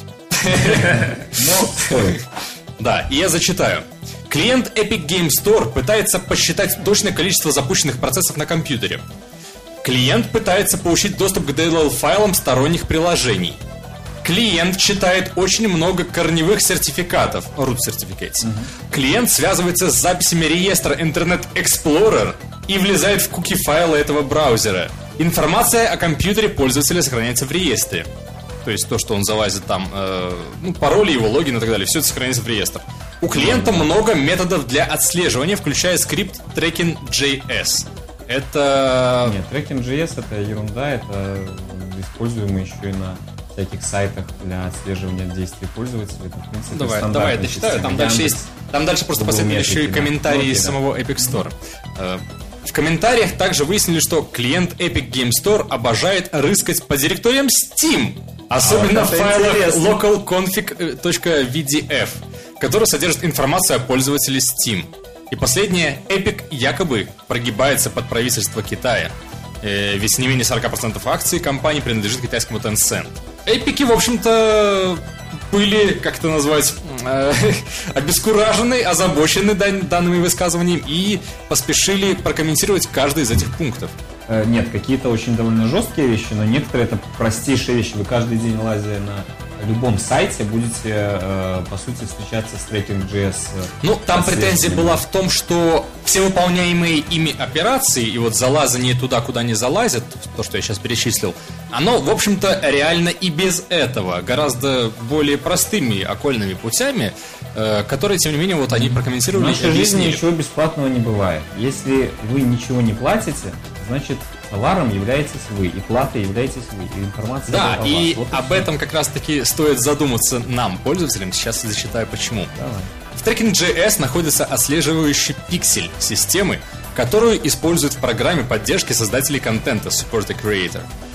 Но стоит. Да, и я зачитаю. Клиент Epic Game Store пытается посчитать точное количество запущенных процессов на компьютере. Клиент пытается получить доступ к DLL-файлам сторонних приложений. Клиент читает очень много корневых сертификатов, root certificates. Клиент связывается с записями реестра Internet Explorer и влезает в куки-файлы этого браузера. Информация о компьютере пользователя сохраняется в реестре. То есть то, что он залазит там, пароли, его логин и так далее, все это сохраняется в реестр. У клиента много методов для отслеживания, включая скрипт Tracking.js. Это... Нет, Tracking.js это ерунда, это используемый еще и на всяких сайтах для отслеживания действий пользователей. Это, в принципе, давай, я дочитаю. Там дальше есть. Там дальше просто последовали еще и комментарии из самого Epic Store. В комментариях также выяснили, что клиент Epic Game Store обожает рыскать по директориям Steam, особенно в файлах localconfig.vdf, который содержит информацию о пользователе Steam. И последнее, Epic якобы прогибается под правительство Китая. Ведь не менее 40% акций компании принадлежит китайскому Tencent. Эпики, в общем-то, были, как это назвать, обескуражены, озабочены данными высказываниями и поспешили прокомментировать каждый из этих пунктов. Нет, какие-то очень довольно жесткие вещи, но некоторые это простейшие вещи. Вы каждый день, лазя на любом сайте, будете, по сути, встречаться с Tracking.js. Там претензия была в том, что все выполняемые ими операции и вот залазание туда, куда не залазят, то, что я сейчас перечислил, оно, в общем-то, реально и без этого, гораздо более простыми окольными путями, которые, тем не менее, вот они прокомментировали и объяснили. В нашей жизни ничего бесплатного не бывает. Если вы ничего не платите, значит, товаром являетесь вы, и платой являетесь вы, и информация о вас. И вот об этом как раз-таки стоит задуматься нам, пользователям. Сейчас я зачитаю почему. Давай. В Tracking.js находится отслеживающий пиксель системы, которую используют в программе поддержки создателей контента Support a Creator.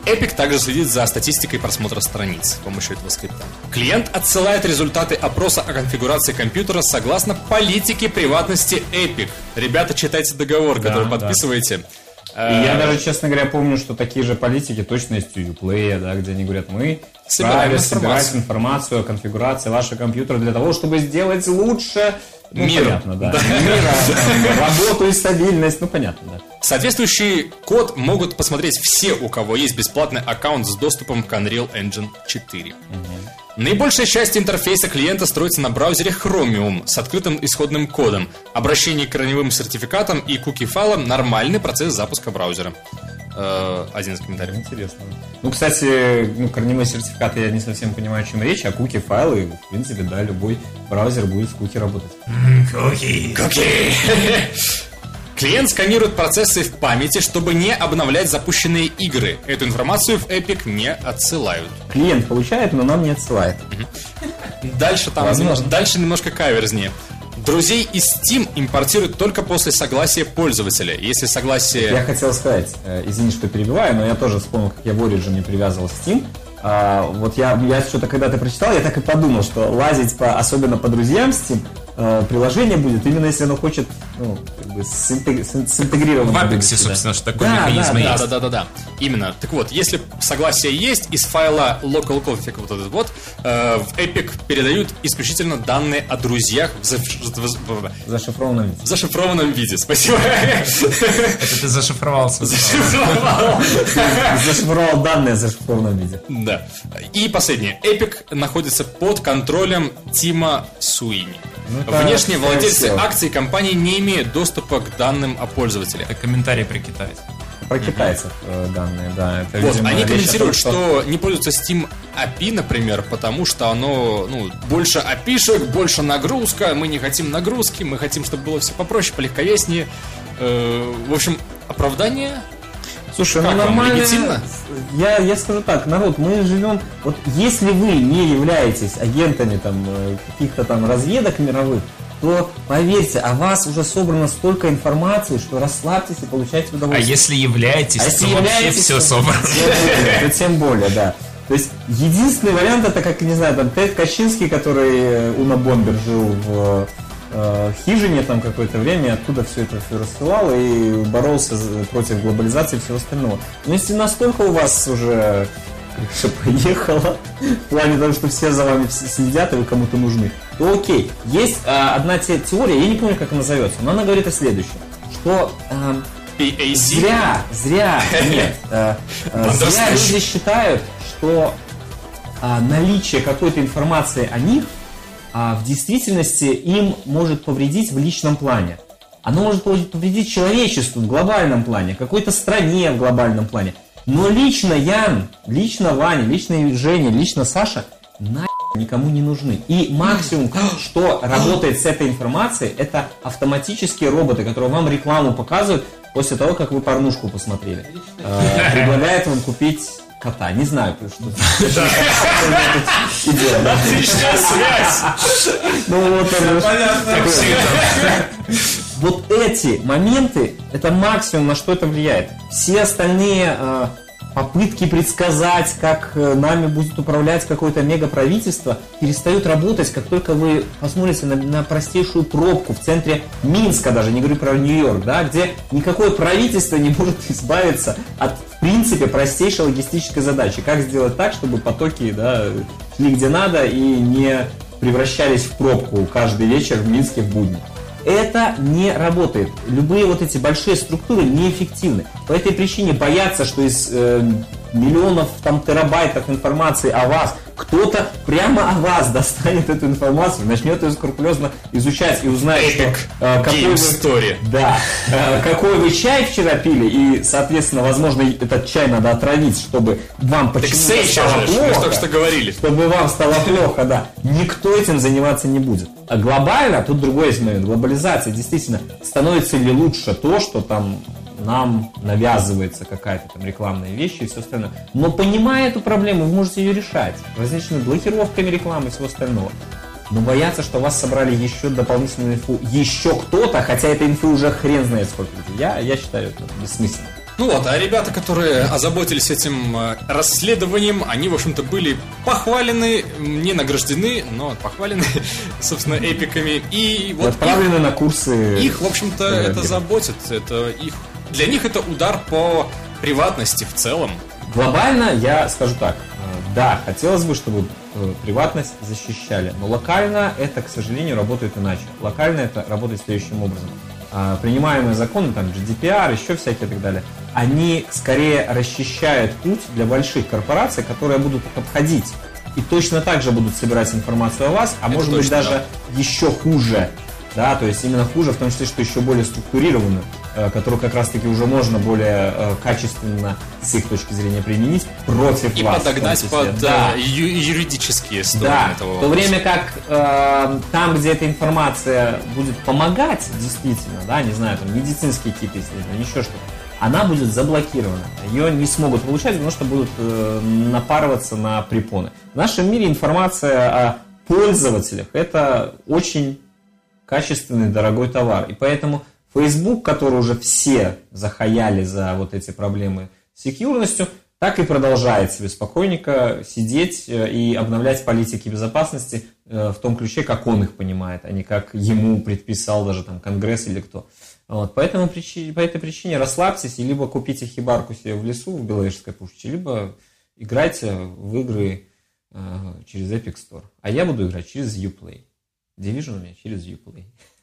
Epic также следит за статистикой просмотра страниц с помощью этого скрипта. Клиент отсылает результаты опроса о конфигурации компьютера согласно политике приватности Epic. Ребята, читайте договор, который подписываете. И я даже, честно говоря, помню, что такие же политики точно есть у Uplay, да, где они говорят, мы собираем информацию о конфигурации вашего компьютера для того, чтобы сделать лучше мир. Понятно, да. Мира, работу и стабильность, понятно, да. Соответствующий код могут посмотреть все, у кого есть бесплатный аккаунт с доступом к Unreal Engine 4. Наибольшая часть интерфейса клиента строится на браузере Chromium с открытым исходным кодом. Обращение к корневым сертификатам и куки-файлам – нормальный процесс запуска браузера. Один из комментариев. Интересно. Кстати, корневые сертификаты, я не совсем понимаю, о чем речь, а куки-файлы, в принципе, да, любой браузер будет с куки работать. Куки! Клиент сканирует процессы в памяти, чтобы не обновлять запущенные игры. Эту информацию в Epic не отсылают. Клиент получает, но нам не отсылает. Дальше немножко каверзнее. Друзей из Steam импортируют только после согласия пользователя. Если согласие... Я хотел сказать, извини, что перебиваю, но я тоже вспомнил, как я в Origin не привязывал Steam. Вот я что-то когда-то прочитал, я так и подумал, что лазить особенно по друзьям Steam приложение будет, именно если оно хочет синтегрировать. В Apex, собственно, что такой механизм есть. Да. Именно. Так вот, если согласие есть, из файла local config вот этот вот, в Epic передают исключительно данные о друзьях в зашифрованном виде. Спасибо. Это ты зашифровался. Зашифровал данные в зашифрованном виде. Да. И последнее. Epic находится под контролем Тима Суини. Внешние владельцы акций компании не имеют доступа к данным о пользователе. Это комментарий про китайцев. Про китайцев данные, да. Это, вот, видимо, они комментируют, что не пользуются Steam API, например, потому что оно, больше API-шек, больше нагрузка, мы не хотим нагрузки, мы хотим, чтобы было все попроще, полегковеснее. В общем, оправдание... Слушай, как нормально. Легитимно? Я скажу так, народ, мы живем... Вот если вы не являетесь агентами каких-то разведок мировых, то, поверьте, о вас уже собрано столько информации, что расслабьтесь и получайте удовольствие. А если являетесь, то вообще все собрано. То тем более, да. То есть, единственный вариант, это как, не знаю, Тед Качинский, который Уна Бомбер жил в хижине какое-то время, оттуда все рассылал и боролся против глобализации и всего остального. Но если настолько у вас уже крыша поехала, в плане того, что все за вами следят и вы кому-то нужны, то окей. Есть одна теория, я не помню, как она назовется, но она говорит о следующем, что зря люди считают, что наличие какой-то информации о них в действительности им может повредить в личном плане. Оно может повредить человечеству в глобальном плане, какой-то стране в глобальном плане. Но лично Ян, лично Ваня, лично Женя, лично Саша никому не нужны. И максимум, что работает с этой информацией, это автоматические роботы, которые вам рекламу показывают после того, как вы порнушку посмотрели. Предлагают вам купить... кота. Не знаю, что Отличная связь! Вот эти моменты, это максимум, на что это влияет. Все остальные попытки предсказать, как нами будет управлять какое-то мегаправительство, перестают работать, как только вы посмотрите на простейшую пробку в центре Минска, даже не говорю про Нью-Йорк, да, где никакое правительство не может избавиться от, в принципе, простейшей логистической задачи. Как сделать так, чтобы потоки шли где надо и не превращались в пробку каждый вечер в Минске в будни. Это не работает. Любые эти большие структуры неэффективны. По этой причине боятся, что из миллионов терабайтов информации о вас кто-то прямо о вас достанет эту информацию, начнет ее скрупулезно изучать и узнает, какой вы чай вчера пили, и, соответственно, возможно, этот чай надо отравить, чтобы вам почему-то стало плохо. Что говорили. Чтобы вам стало плохо, да. Никто этим заниматься не будет. А глобально, тут другой есть момент, глобализация, действительно, становится ли лучше то, что нам навязывается какая-то рекламная вещь и все остальное. Но понимая эту проблему, вы можете ее решать различными блокировками рекламы и всего остального. Но бояться, что вас собрали еще дополнительную инфу, еще кто-то, хотя этой инфы уже хрен знает сколько людей. Я считаю это бессмысленно. Ну вот, а ребята, которые озаботились этим расследованием, они, в общем-то, были похвалены, не награждены, но похвалены, собственно, эпиками. И вот отправлены на курсы. Их, в общем-то, это заботит. Это их, для них это удар по приватности в целом. Глобально я скажу так. Да, хотелось бы, чтобы приватность защищали, но локально это, к сожалению, работает иначе. Локально это работает следующим образом. Принимаемые законы, там, GDPR, еще всякие и так далее, они скорее расчищают путь для больших корпораций, которые будут обходить и точно так же будут собирать информацию о вас, а это может быть даже еще хуже. Да, то есть именно хуже в том числе, что еще более структурированную, которую как раз-таки уже можно более качественно с их точки зрения применить против и вас. И подогнать под юридические стороны этого вопроса. В то время как там, где эта информация будет помогать, действительно, да, не знаю, там медицинские какие-то исследования, еще что-то, она будет заблокирована. Ее не смогут получать, потому что будут напарываться на препоны. В нашем мире информация о пользователях – это очень качественный, дорогой товар. И поэтому Facebook, который уже все захаяли за вот эти проблемы с секьюрностью, так и продолжает себе спокойненько сидеть и обновлять политики безопасности в том ключе, как он их понимает, а не как ему предписал даже там Конгресс или кто. Вот. По этой причине расслабьтесь и либо купите хибарку себе в лесу в Беловежской пушке, либо играйте в игры через Epic Store. А я буду играть через Uplay. Division у меня через Uplay.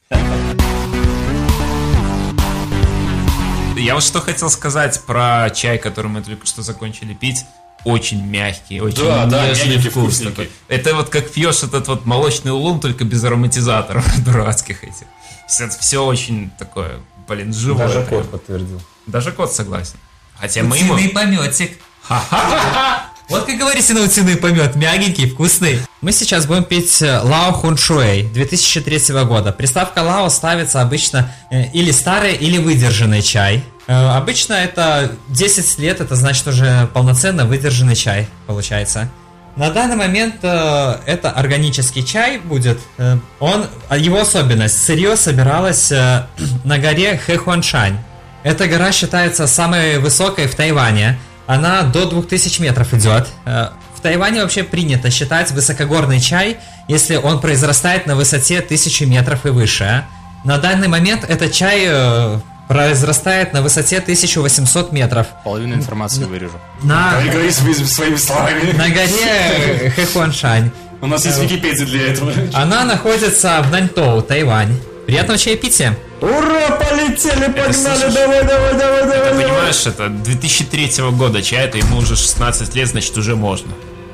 Я вот что хотел сказать про чай, который мы только что закончили пить. Очень мягкий, очень нежный вкус такой. Это вот как пьешь этот вот молочный улун, только без ароматизаторов дурацких этих. Все очень такое, блин, живое. Даже кот подтвердил. Даже кот согласен. Хотя утиный пометик. Вот как говорите на утиный помет, мягенький, вкусный. Мы сейчас будем пить Лао Хуншуэй 2003 года. Приставка Лао ставится обычно или старый, или выдержанный чай. Обычно это 10 лет, это значит уже полноценно выдержанный чай получается. На данный момент это органический чай будет. Его особенность, сырье собиралось на горе Хэхуаншань. Эта гора считается самой высокой в Тайване. Она до 2000 метров идет. В Тайване вообще принято считать высокогорный чай, если он произрастает на высоте 1000 метров и выше. На данный момент этот чай произрастает на высоте 1800 метров. Половину информации вырежу. Говори своими словами. На горе Хэхуаншань. У нас есть Википедия для этого. Она находится в Наньтоу, Тайвань. Приятного чаепития! Ура, полетели, погнали, давай. Ты понимаешь, это 2003 года чай, это ему уже 16 лет, значит уже можно.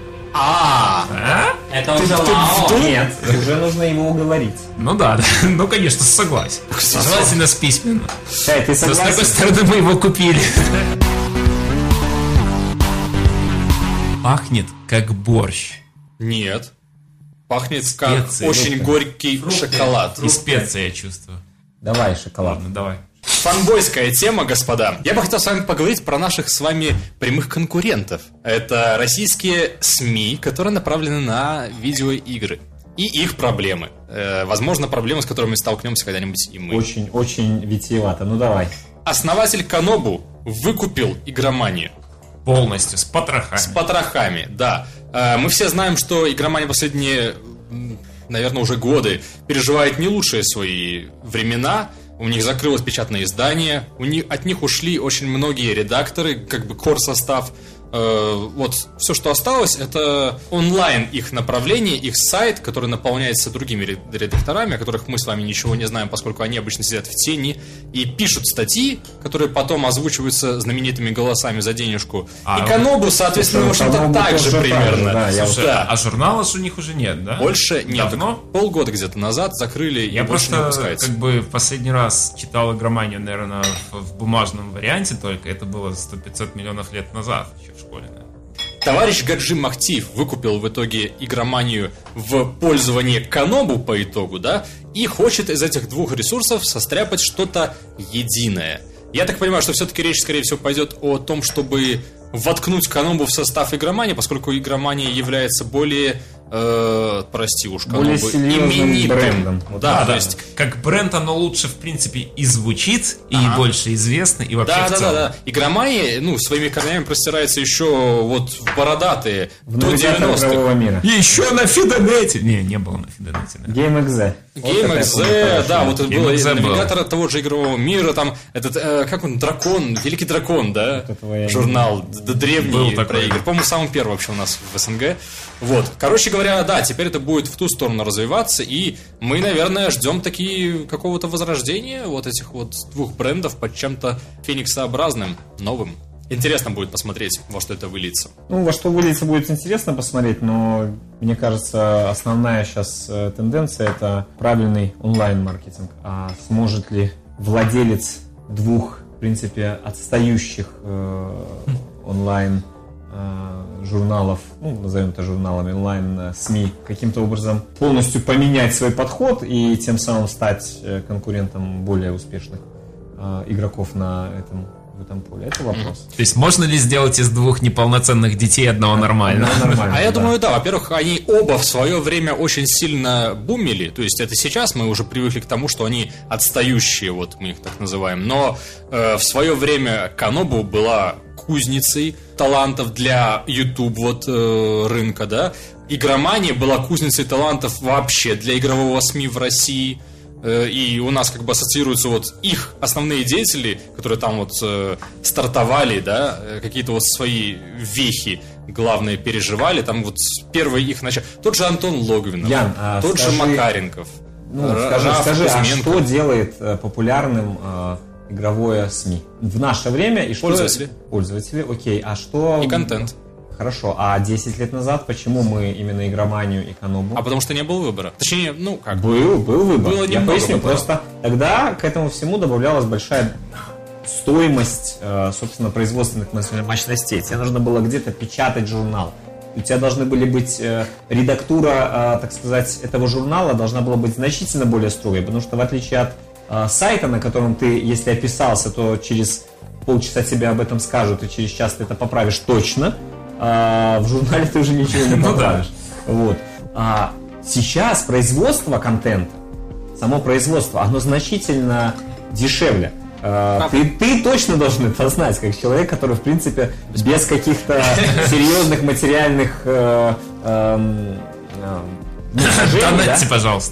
Это уже Лао? Нет, уже нужно его уговорить. Ну да, ну конечно, согласен. Желательно с письменно. Чай, ты согласен? Но с другой стороны мы его купили. Пахнет как борщ. Нет. Пахнет как специи, очень горький шоколад. И специи я чувствую. Давай, шоколад. Ладно, давай. Фанбойская тема, господа. Я бы хотел с вами поговорить про наших с вами прямых конкурентов. Это российские СМИ, которые направлены на видеоигры. И их проблемы. Возможно, проблемы, с которыми столкнемся когда-нибудь и мы. Очень витиевато. Ну давай. Основатель Канобу выкупил игроманию. Полностью, с потрохами. С потрохами, да. Мы все знаем, что игромания последние, наверное, уже годы переживает не лучшие свои времена. У них закрылось печатное издание, от них ушли очень многие редакторы, как бы кор-состав. Вот все, что осталось, это онлайн их направление, их сайт, который наполняется другими редакторами, о которых мы с вами ничего не знаем, поскольку они обычно сидят в тени и пишут статьи, которые потом озвучиваются знаменитыми голосами за денежку. И Канобу, соответственно, в общем-то, так же примерно. А журнала у них уже нет, да? Больше нет. Давно? Полгода где-то назад закрыли. Я просто, как бы, в последний раз читал игроманию, наверное, в бумажном варианте только. Это было 100-500 миллионов лет назад еще в школе, наверное. Товарищ Гаджи Махтиев выкупил в итоге игроманию в пользование Канобу по итогу, да, и хочет из этих двух ресурсов состряпать что-то единое. Я так понимаю, что все-таки речь, скорее всего, пойдет о том, чтобы воткнуть Канобу в состав игромании, поскольку игромания является более прости уж, более серьезным именитым. брендом. Вот Да, Да, то да. есть... Как бренд оно лучше, в принципе, и звучит, и больше известно, и вообще в целом. Да. Игромания, своими корнями простирается еще вот в бородатые, в до навигатор 90-х. игрового мира. Еще на Фидонете! Не было на Фидонете. Да. GameXZ. GameXZ, да, вот это был GameXZ был. навигатор того же игрового мира, там, этот, как он, Дракон, Великий Дракон, да, этого я не журнал, древний Был про такой. игры, по-моему, самый первый вообще у нас в СНГ, вот, короче говоря, да, теперь это будет в ту сторону развиваться, и мы, наверное, ждем такие какого-то возрождения вот этих вот двух брендов под чем-то фениксообразным, новым. Интересно будет посмотреть, во что это выльется. Ну, во что выльется, будет интересно посмотреть, но мне кажется, основная сейчас тенденция — это правильный онлайн-маркетинг. А сможет ли владелец двух, в принципе, отстающих онлайн журналов, назовем это журналами, онлайн-СМИ, каким-то образом полностью поменять свой подход и тем самым стать конкурентом более успешных игроков в этом поле? Это вопрос. То есть можно ли сделать из двух неполноценных детей одного нормально? Нормально. А я да. думаю, да, во-первых, они оба в свое время очень сильно бумили, то есть это сейчас мы уже привыкли к тому, что они отстающие, вот мы их так называем, но в свое время Канобу была кузницей талантов для YouTube рынка, да, Игромания была кузницей талантов вообще для игрового СМИ в России. И у нас как бы ассоциируются вот их основные деятели, которые там вот стартовали, да, какие-то вот свои вехи главные переживали, там вот первый их начал. Тот же Антон Логвинов, Ян, тот скажи, же Макаренков. Скажи, а Кузьменко. что делает популярным игровое СМИ в наше время? И что... Пользователи. Пользователи, окей. А что... И контент. Хорошо, а 10 лет назад почему мы именно Игроманию и Канобу? А потому что не было выбора. Точнее, как? Был выбор. Было Я немного поясню, выбора. просто тогда к этому всему добавлялась большая стоимость, собственно, производственных мощностей. Тебе нужно было где-то печатать журнал. У тебя должны были быть редактура, так сказать, этого журнала должна была быть значительно более строгой, потому что в отличие от сайта, на котором ты, если описался, то через полчаса тебе об этом скажут, и через час ты это поправишь точно. В журнале ты уже ничего не поправишь. Вот. Сейчас производство контента, само производство, оно значительно дешевле. Ты точно должен это знать, как человек, который, в принципе, без каких-то серьезных материальных Донатьте, пожалуйста.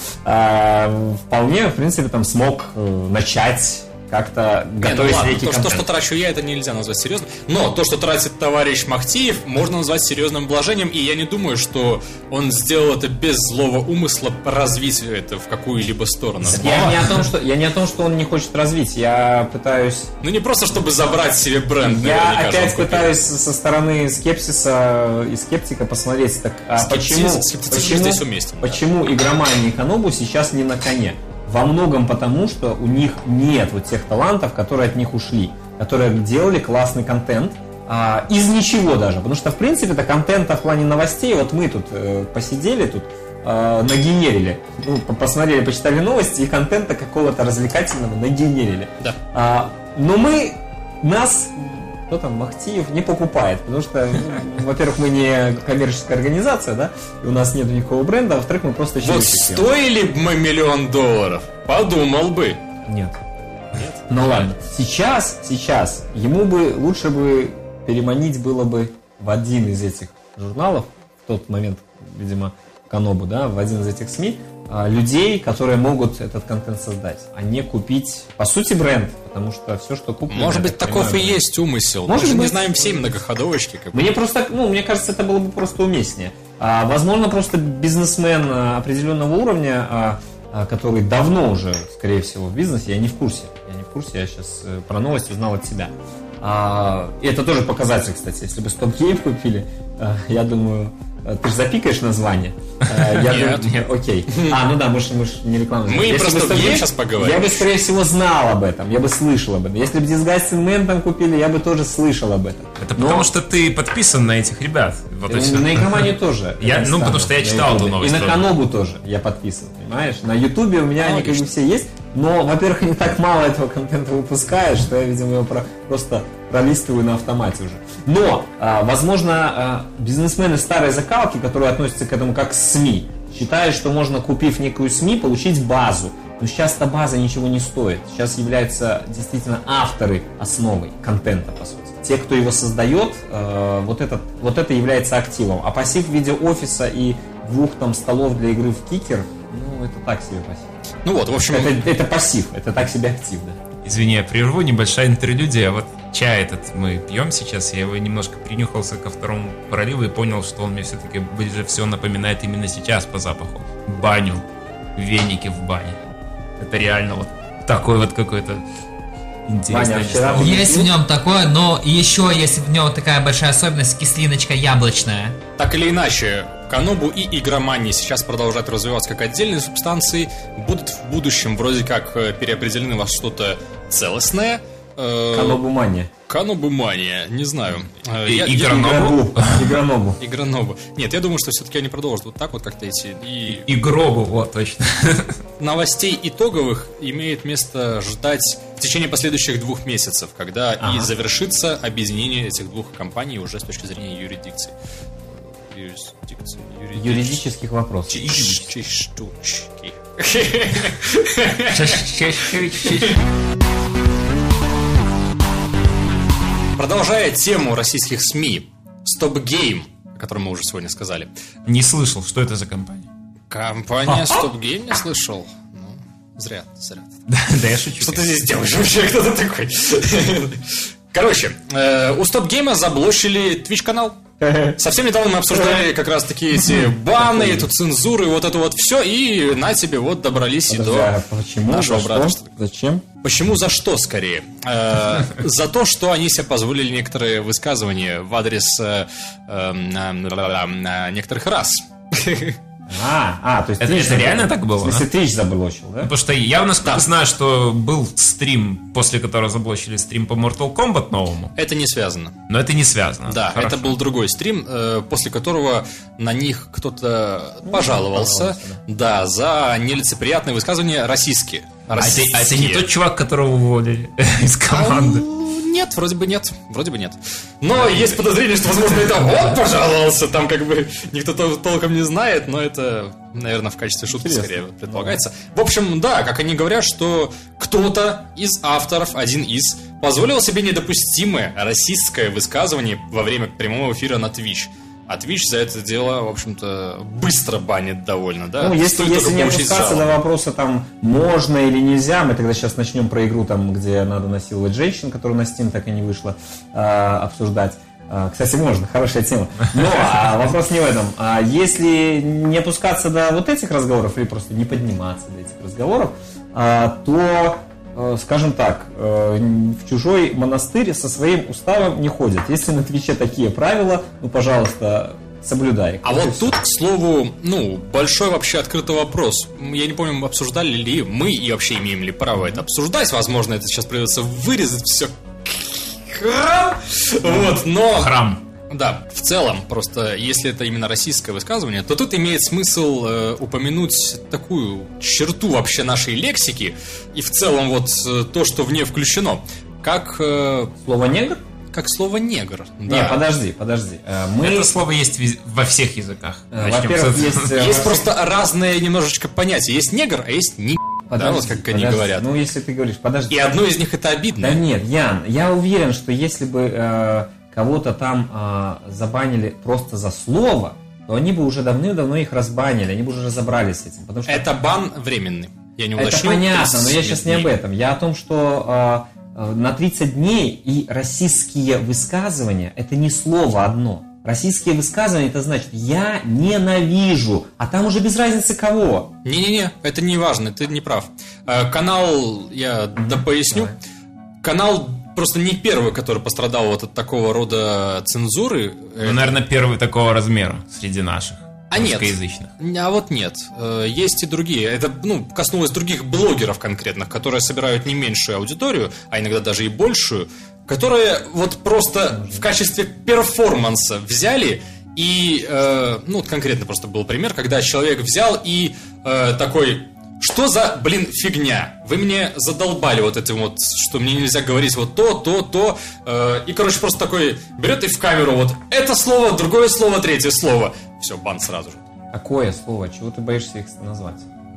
Да. Вполне, в принципе, там смог начать как-то готовить некий то, контент. что трачу я, это нельзя назвать серьезным. Но то, что тратит товарищ Махтиев, можно назвать серьезным вложением. И я не думаю, что он сделал это без злого умысла развить это в какую-либо сторону. Я не о том, что он не хочет развить. Я пытаюсь... Ну не просто, чтобы забрать себе бренд. Я наверняка, опять что он пытаюсь со стороны скепсиса и скептика посмотреть, так, а скептицизм здесь уместен, да. почему Игромания и Канобу сейчас не на коне? Во многом потому, что у них нет вот тех талантов, которые от них ушли, которые делали классный контент, из ничего даже. Потому что, в принципе, это контента в плане новостей. Вот мы тут посидели, тут нагенерили, посмотрели, почитали новости, и контента какого-то развлекательного нагенерили. Да. Но нас... Кто там, Махтиев, не покупает, потому что, во-первых, мы не коммерческая организация, да, и у нас нет никакого бренда, а во-вторых, мы просто Вот стоили бы мы $1 миллион, подумал бы. Нет. Ну ладно, сейчас ему бы лучше бы переманить было бы в один из этих журналов, в тот момент, видимо, Канобу, да, в один из этих СМИ, людей, которые могут этот контент создать, а не купить, по сути, бренд, потому что все, что куплено... Может быть, таков и есть умысел. Мы же не знаем всей многоходовочки. Мне кажется, это было бы просто уместнее. Возможно, просто бизнесмен определенного уровня, который давно уже, скорее всего, в бизнесе, я не в курсе, я сейчас про новости узнал от тебя. И это тоже показатель, кстати, если бы Стоп-Гейм купили, я думаю... Ты же запикаешь название? Нет. Окей. Ну да, мы ж не рекламируем. Мы про Стоп-Гейм сейчас поговорим. Я бы, скорее всего, знал об этом, я бы слышал об этом. Если бы Disgusting Man там купили, я бы тоже слышал об этом. Это потому, что ты подписан на этих ребят. Вот и всё. На Игроманию тоже. Потому что я читал эту новость. И на Канобу тоже я подписан, понимаешь? На Ютубе у меня они как бы все есть. Но, во-первых, не так мало этого контента выпускают, что я, видимо, его просто пролистываю на автомате уже. Но, возможно, бизнесмены старой закалки, которые относятся к этому как к СМИ, считают, что можно, купив некую СМИ, получить базу. Но сейчас эта база ничего не стоит. Сейчас являются действительно авторы основой контента, по сути. Те, кто его создает, вот это является активом. А пассив в виде офиса и 2 там столов для игры в кикер, ну, это так себе пассив. Ну вот, в общем... Это пассив, это так себе актив, да. Извини, я прерву, небольшая интерлюдия. Вот чай этот мы пьем сейчас, я его немножко принюхался ко второму проливу и понял, что он мне все-таки ближе всего напоминает именно сейчас по запаху. Баню, веники в бане. Это реально вот такой вот какой-то интересный. Есть в нем такое, но еще есть в нем такая большая особенность — кислиночка яблочная. Так или иначе, Канобу и игромания сейчас продолжают развиваться как отдельные субстанции, будут в будущем вроде как переопределены во что-то целостное. Канобумания. Канобумания, не знаю. Игронобу. Игронобу. Нет, я думаю, что все-таки они продолжат вот так вот как-то идти. Игробу, вот точно. Новостей итоговых имеет место ждать в течение последующих 2 месяцев, когда и завершится объединение этих 2 компаний уже с точки зрения юрисдикции. Юридических вопросов. Штучки. Продолжая тему российских СМИ, Stop Game, о котором мы уже сегодня сказали. Не слышал, что это за компания? Компания Stop Game, не слышал? Ну, зря. Да, я шучу. Что ты здесь делаешь вообще? Кто ты такой? Короче, у Stop Game заблочили Twitch канал. Совсем недавно мы обсуждали как раз таки эти баны, эту цензуру и вот это вот все, и на тебе вот добрались и до нашего брата. Зачем? Почему, за что скорее? За то, что они себе позволили некоторые высказывания в адрес некоторых рас. То есть это реально так было? В смысле, Twitch заблочил, да? Потому что я, насколько знаю, что был стрим, после которого заблочили стрим по Mortal Kombat новому. Это не связано. Но это не связано. Да, хорошо. Это был другой стрим, после которого на них кто-то пожаловался, да, за нелицеприятные высказывания российские. А это не тот чувак, которого уволили из команды? Нет, вроде бы нет. Но есть подозрение, что, возможно, это он пожаловался. Там как бы никто толком не знает, но это, наверное, в качестве шутки скорее предполагается. В общем, да, как они говорят, что кто-то из авторов, один из, позволил себе недопустимое российское высказывание во время прямого эфира на Twitch. А Twitch за это дело, в общем-то, быстро банит довольно, да? Ну, если не опускаться до вопроса, там, можно или нельзя, мы тогда сейчас начнем про игру, там, где надо насиловать женщин, которая на Steam так и не вышла, обсуждать. Кстати, можно, хорошая тема. Но вопрос не в этом. Если не опускаться до вот этих разговоров, или просто не подниматься до этих разговоров, то... скажем так, в чужой монастырь со своим уставом не ходят. Если на Твиче такие правила, ну, пожалуйста, соблюдай. А вот тут, к слову, большой вообще открытый вопрос. Я не помню, обсуждали ли мы и вообще имеем ли право это обсуждать. Возможно, это сейчас придется вырезать все. Вот, но... Храм. Да, в целом, просто если это именно российское высказывание, то тут имеет смысл упомянуть такую черту вообще нашей лексики и в целом вот то, что в ней включено. Как... Слово «негр»? Как слово «негр». Да. Не, подожди. Это слово есть во всех языках. Во-первых, есть просто разные немножечко понятия. Есть «негр», а есть «ни». Да, вот как они говорят. Ну, если ты говоришь, подожди. И одно из них это обидно. Да нет, Ян, я уверен, что если бы... кого-то там забанили просто за слово, то они бы уже давным-давно их разбанили, они бы уже разобрались с этим. Потому что это бан временный, я не уточню. Это понятно, но я сейчас не об этом. Я о том, что на 30 дней и российские высказывания, это не слово одно. Российские высказывания, это значит «я ненавижу», а там уже без разницы кого. Не-не-не, это не важно, ты не прав. Канал, я поясню, канал... Просто не первый, который пострадал вот от такого рода цензуры. Ну, наверное, первый такого размера среди наших русскоязычных. А вот нет. Есть и другие. Это, коснулось других блогеров конкретных, которые собирают не меньшую аудиторию, а иногда даже и большую, которые вот просто в качестве перформанса взяли и... конкретно просто был пример, когда человек взял и такой... Что за, фигня? Вы мне задолбали вот этим вот, что мне нельзя говорить вот то. И, короче, просто такой берет и в камеру вот это слово, другое слово, третье слово. Все, бан сразу же. Какое слово? Чего ты боишься их назвать?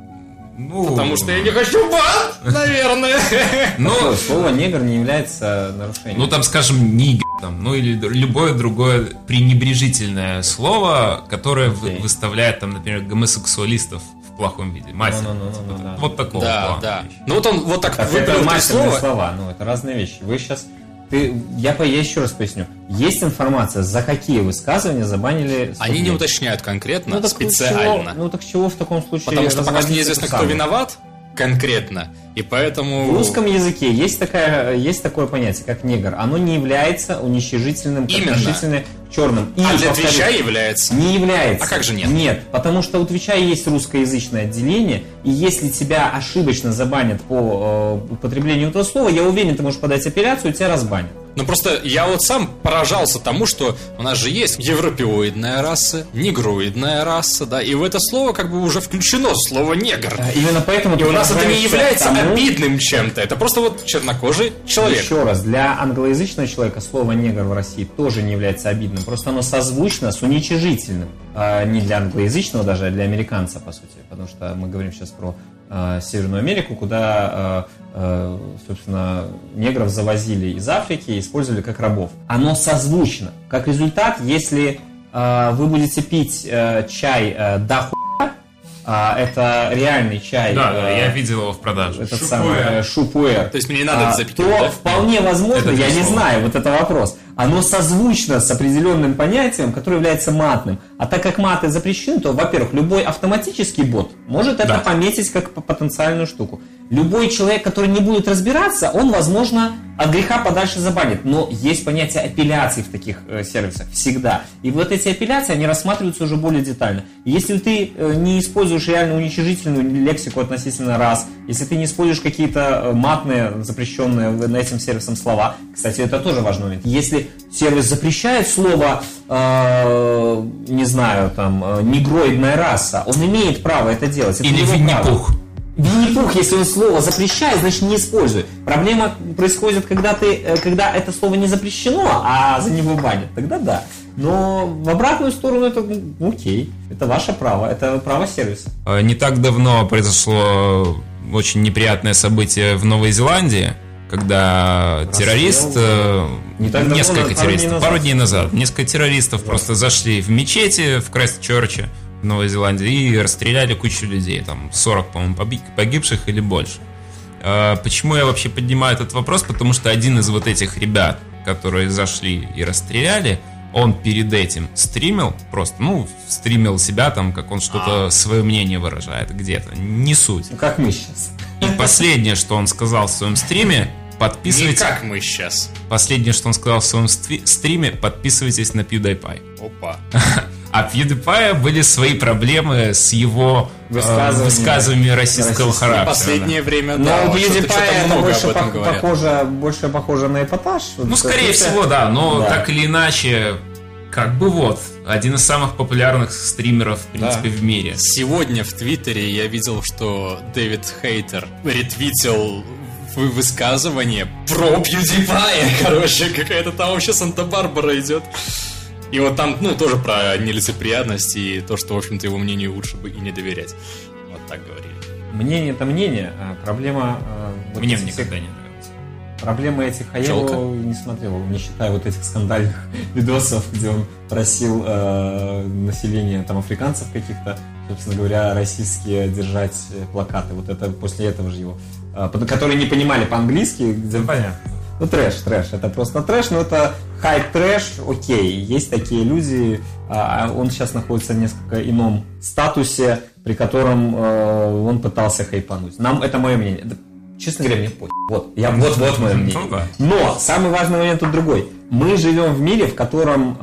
Ну, Потому что я не хочу бан, наверное. Какое слово негр не является нарушением? Ну, там, скажем, нигер, там, ну, или любое другое пренебрежительное слово, которое выставляет, там, например, гомосексуалистов в плохом виде. Мастер. Да. Вот такого Да. плана. Ну, вот он вот так Это выпилил три мастерные слова. слова, ну, это разные вещи. Вы сейчас... Я еще раз поясню. Есть информация, за какие высказывания забанили... Они не уточняют конкретно, так специально. так чего в таком случае... Потому что пока что разводить неизвестно, эту кто самую? виноват конкретно. И поэтому... В русском языке есть такое понятие, как негр. Оно не является уничижительным, Именно. относительно к черным. И, А для повторюсь, Твича является. Не является. А как же нет? Нет, потому что у Твича есть русскоязычное отделение, и если тебя ошибочно забанят по употреблению этого слова, я уверен, ты можешь подать апелляцию, и тебя разбанят. Ну просто я вот сам поражался тому, что у нас же есть европеоидная раса, негроидная раса, да, и в это слово как бы уже включено слово негр. Именно поэтому... И у нас это не является обидным чем-то, это просто вот чернокожий человек. Еще раз, для англоязычного человека слово негр в России тоже не является обидным, просто оно созвучно с уничижительным. Не для англоязычного даже, а для американца, по сути, потому что мы говорим сейчас про Северную Америку, куда, собственно, негров завозили из Африки и использовали как рабов. Оно созвучно. Как результат, если вы будете пить чай до хуя, это реальный чай. Да, я видел его в продаже. Этот самый шупуэр. То есть мне не надо это запить, то да? вполне возможно, Это я не безусловно. знаю, вот это вопрос. Оно созвучно с определенным понятием, которое является матным. А так как маты запрещены, то, во-первых, любой автоматический бот может это пометить как потенциальную штуку. Любой человек, который не будет разбираться, он, возможно, от греха подальше забанит. Но есть понятие апелляций в таких сервисах всегда. И вот эти апелляции, они рассматриваются уже более детально. И если ты не используешь реально уничижительную лексику относительно рас, если ты не используешь какие-то матные, запрещенные на этим сервисом слова, кстати, это тоже важный момент. Если сервис запрещает слово, не знаю, там, негроидная раса, он имеет право это делать. Это Или его право. Винни-Пух. Винни-Пух, если он слово запрещает, значит не используй. Проблема происходит, когда это слово не запрещено, а за него банят. Тогда да. Но в обратную сторону это окей. Это ваше право, это право сервиса. Не так давно произошло очень неприятное событие в Новой Зеландии, когда террорист, Не так давно, несколько пару дней террористов, назад. пару дней назад, несколько террористов просто зашли в мечети в Крайстчерче в Новой Зеландии и расстреляли кучу людей, там 40, по-моему, погибших или больше. Почему я вообще поднимаю этот вопрос? Потому что один из вот этих ребят, которые зашли и расстреляли, он перед этим стримил, просто, стримил себя там, как он что-то, свое мнение выражает где-то, не суть. Ну, как мы сейчас. И последнее, что он сказал в своем стриме, Не подписывайтесь. как мы сейчас. Последнее, что он сказал в своем стриме, подписывайтесь на PewDiePie. Опа. А PewDiePie были свои проблемы с его высказываниями российского российского. характера. Последнее время, Но да, у что-то PewDiePie это много больше, об этом говорят. больше похоже на эпатаж. Ну, скорее всего, да, но Да. так или иначе, как бы вот, один из самых популярных стримеров, в принципе, в мире. Сегодня в Твиттере я видел, что Дэвид Хейтер ретвитил высказывание про PewDiePie. Короче, какая-то там вообще Санта-Барбара идет. И вот там, тоже про нелицеприятность и то, что, в общем-то, его мнению лучше бы и не доверять. Вот так говорили. Мнение это мнение, а проблема... вот Мне этих никогда всех- не нравится. Проблема этих, а я Челка? его не смотрел, не считая вот этих скандальных видосов, где он просил население, там, африканцев каких-то, собственно говоря, российские держать плакаты. Вот это после этого же его... которые не понимали по-английски. Где... Понятно. Ну, трэш. Это просто трэш, но это хайп-трэш, окей. Есть такие люди, он сейчас находится в несколько ином статусе, при котором он пытался хайпануть. Это мое мнение. Честно говоря, мне пофиг. Вот мое мнение. Ну да. Но самый важный момент тут другой. Мы живем в мире, в котором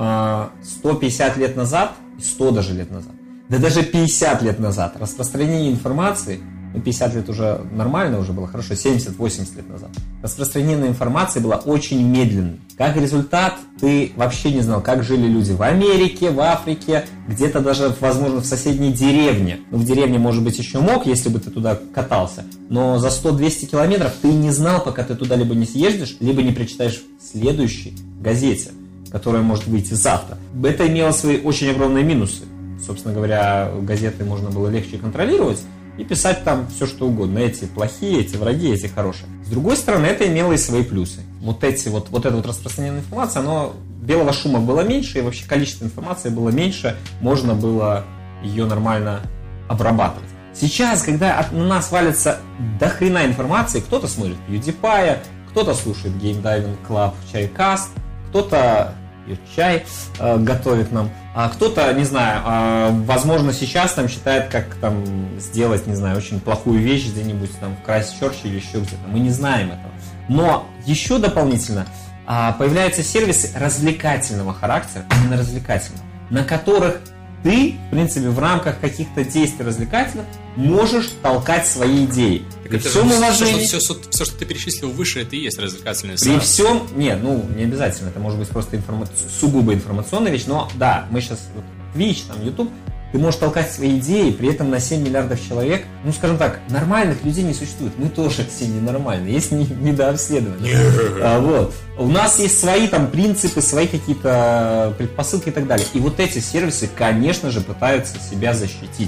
150 лет назад, 100 даже лет назад, да даже 50 лет назад распространение информации 50 лет уже нормально уже было, хорошо, 70-80 лет назад. Распространение информации было очень медленной. Как результат, ты вообще не знал, как жили люди в Америке, в Африке, где-то даже, возможно, в соседней деревне. Ну, в деревне, может быть, еще мог, если бы ты туда катался. Но за 100-200 километров ты не знал, пока ты туда либо не съездишь, либо не прочитаешь в следующей газете, которая может выйти завтра. Это имело свои очень огромные минусы. Собственно говоря, газеты можно было легче контролировать и писать там все, что угодно. Эти плохие, эти враги, эти хорошие. С другой стороны, это имело и свои плюсы. Вот это вот распространение информации, оно, белого шума было меньше, и вообще количество информации было меньше, можно было ее нормально обрабатывать. Сейчас, когда на нас валится дохрена информации, кто-то смотрит PewDiePie, кто-то слушает Game Diving Club, Чайкаст, кто-то чай готовит нам, а кто-то, не знаю, возможно, сейчас там считает, как там сделать, не знаю, очень плохую вещь где-нибудь там в Крайстчерче или еще где-то. Мы не знаем этого. Но еще дополнительно появляются сервисы развлекательного характера, именно развлекательного, на которых ты, в принципе, в рамках каких-то действий развлекательных можешь толкать свои идеи. При всем уважении... Все, что ты перечислил выше, это и есть развлекательный сайт. При всем... Нет, не обязательно. Это может быть просто сугубо информационная вещь. Но да, мы сейчас... Twitch, там, YouTube... Ты можешь толкать свои идеи, при этом на 7 миллиардов человек, ну, скажем так, нормальных людей не существует. Мы тоже все ненормальные, есть недообследование. Вот. У нас есть свои там принципы, свои какие-то предпосылки и так далее. И вот эти сервисы, конечно же, пытаются себя защитить.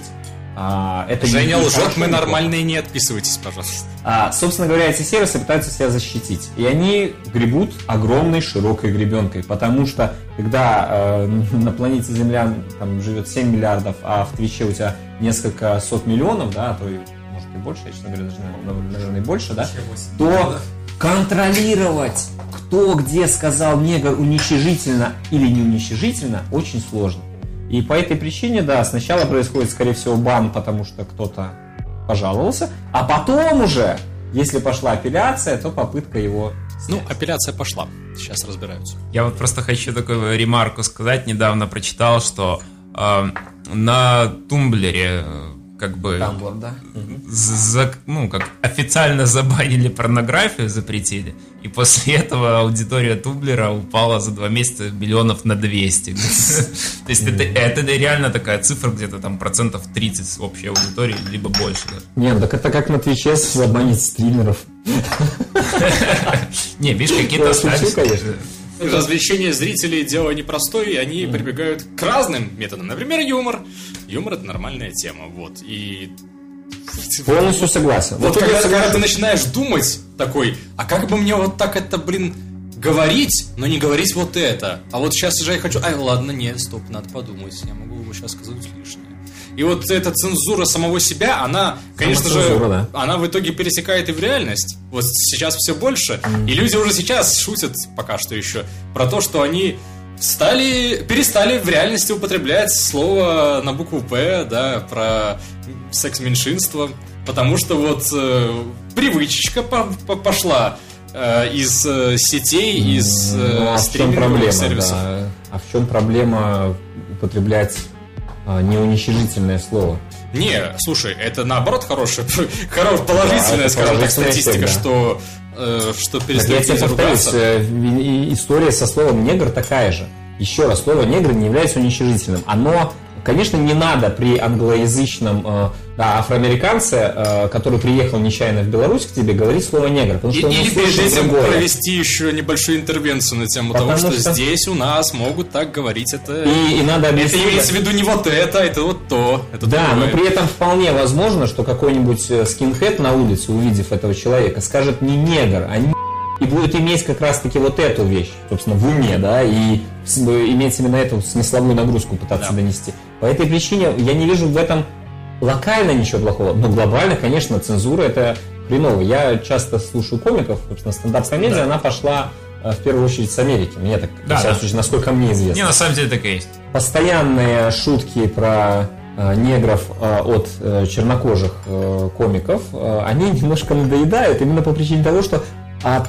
Это Женя лжет, мы нормальные, не отписывайтесь, пожалуйста. Собственно говоря, эти сервисы пытаются себя защитить. И они гребут огромной широкой гребенкой. Потому что, когда на планете Земля там живет 7 миллиардов, а в Твиче у тебя несколько сот миллионов, да, а то и, может, и больше, я, честно говоря, даже, наверное, и больше, да, то контролировать, кто где сказал негр уничижительно или не уничижительно, очень сложно. И по этой причине, да, сначала происходит, скорее всего, бан, потому что кто-то пожаловался, а потом уже, если пошла апелляция, то попытка его снять. Ну, апелляция пошла, сейчас разбираются. Я вот просто хочу такую ремарку сказать. Недавно прочитал, что на Тумблере как бы Tumblr, да. как официально забанили порнографию, запретили, и после этого аудитория Тумблера упала за 2 месяца миллионов на 200. То есть это реально такая цифра, где-то там 30% общей аудитории, либо больше. Нет, так это как на Твиче забанить стримеров. Не, видишь, какие-то остались. Развлечение зрителей – дело непростое, и они прибегают к разным методам. Например, юмор. Юмор – это нормальная тема, вот. И... Полностью согласен. Вот когда ты начинаешь думать такой, а как бы мне вот так это, говорить, но не говорить вот это. А вот сейчас же я хочу... ладно, нет, стоп, надо подумать. Я могу сейчас сказать лишнее. И вот эта цензура самого себя, она, конечно же, да, она в итоге пересекает и в реальность. Вот сейчас все больше. И люди уже сейчас шутят, пока что еще, про то, что они перестали в реальности употреблять слово на букву «П», да, про секс-меньшинство. Потому что вот привычечка пошла из сетей, из стриминговых сервисов. Да. А в чем проблема употреблять неуничижительное слово? Не, слушай, это наоборот положительная, скажем так, статистика, да. Что перестают ругаться. История со словом негр такая же. Еще раз, слово негр не является уничижительным. Оно, конечно, не надо при англоязычном афроамериканце, который приехал нечаянно в Беларусь к тебе, говорить слово негр. Или перед этим провести еще небольшую интервенцию на тему того, что здесь у нас могут так говорить. Это надо объяснить. Это имеется в виду не вот это вот то. Это да, другое. но при этом вполне возможно, что какой-нибудь скинхед на улице, увидев этого человека, скажет не негр, а не и будет иметь как раз-таки вот эту вещь, собственно, в уме, да, и иметь именно эту смысловую нагрузку пытаться донести. По этой причине я не вижу в этом локально ничего плохого, но глобально, конечно, цензура это хреново. Я часто слушаю комиков, собственно, стендап-комедия, она пошла в первую очередь с Америки, мне так, насколько мне известно. Не, на самом деле так и есть. Постоянные шутки про негров от чернокожих комиков, они немножко надоедают именно по причине того, что от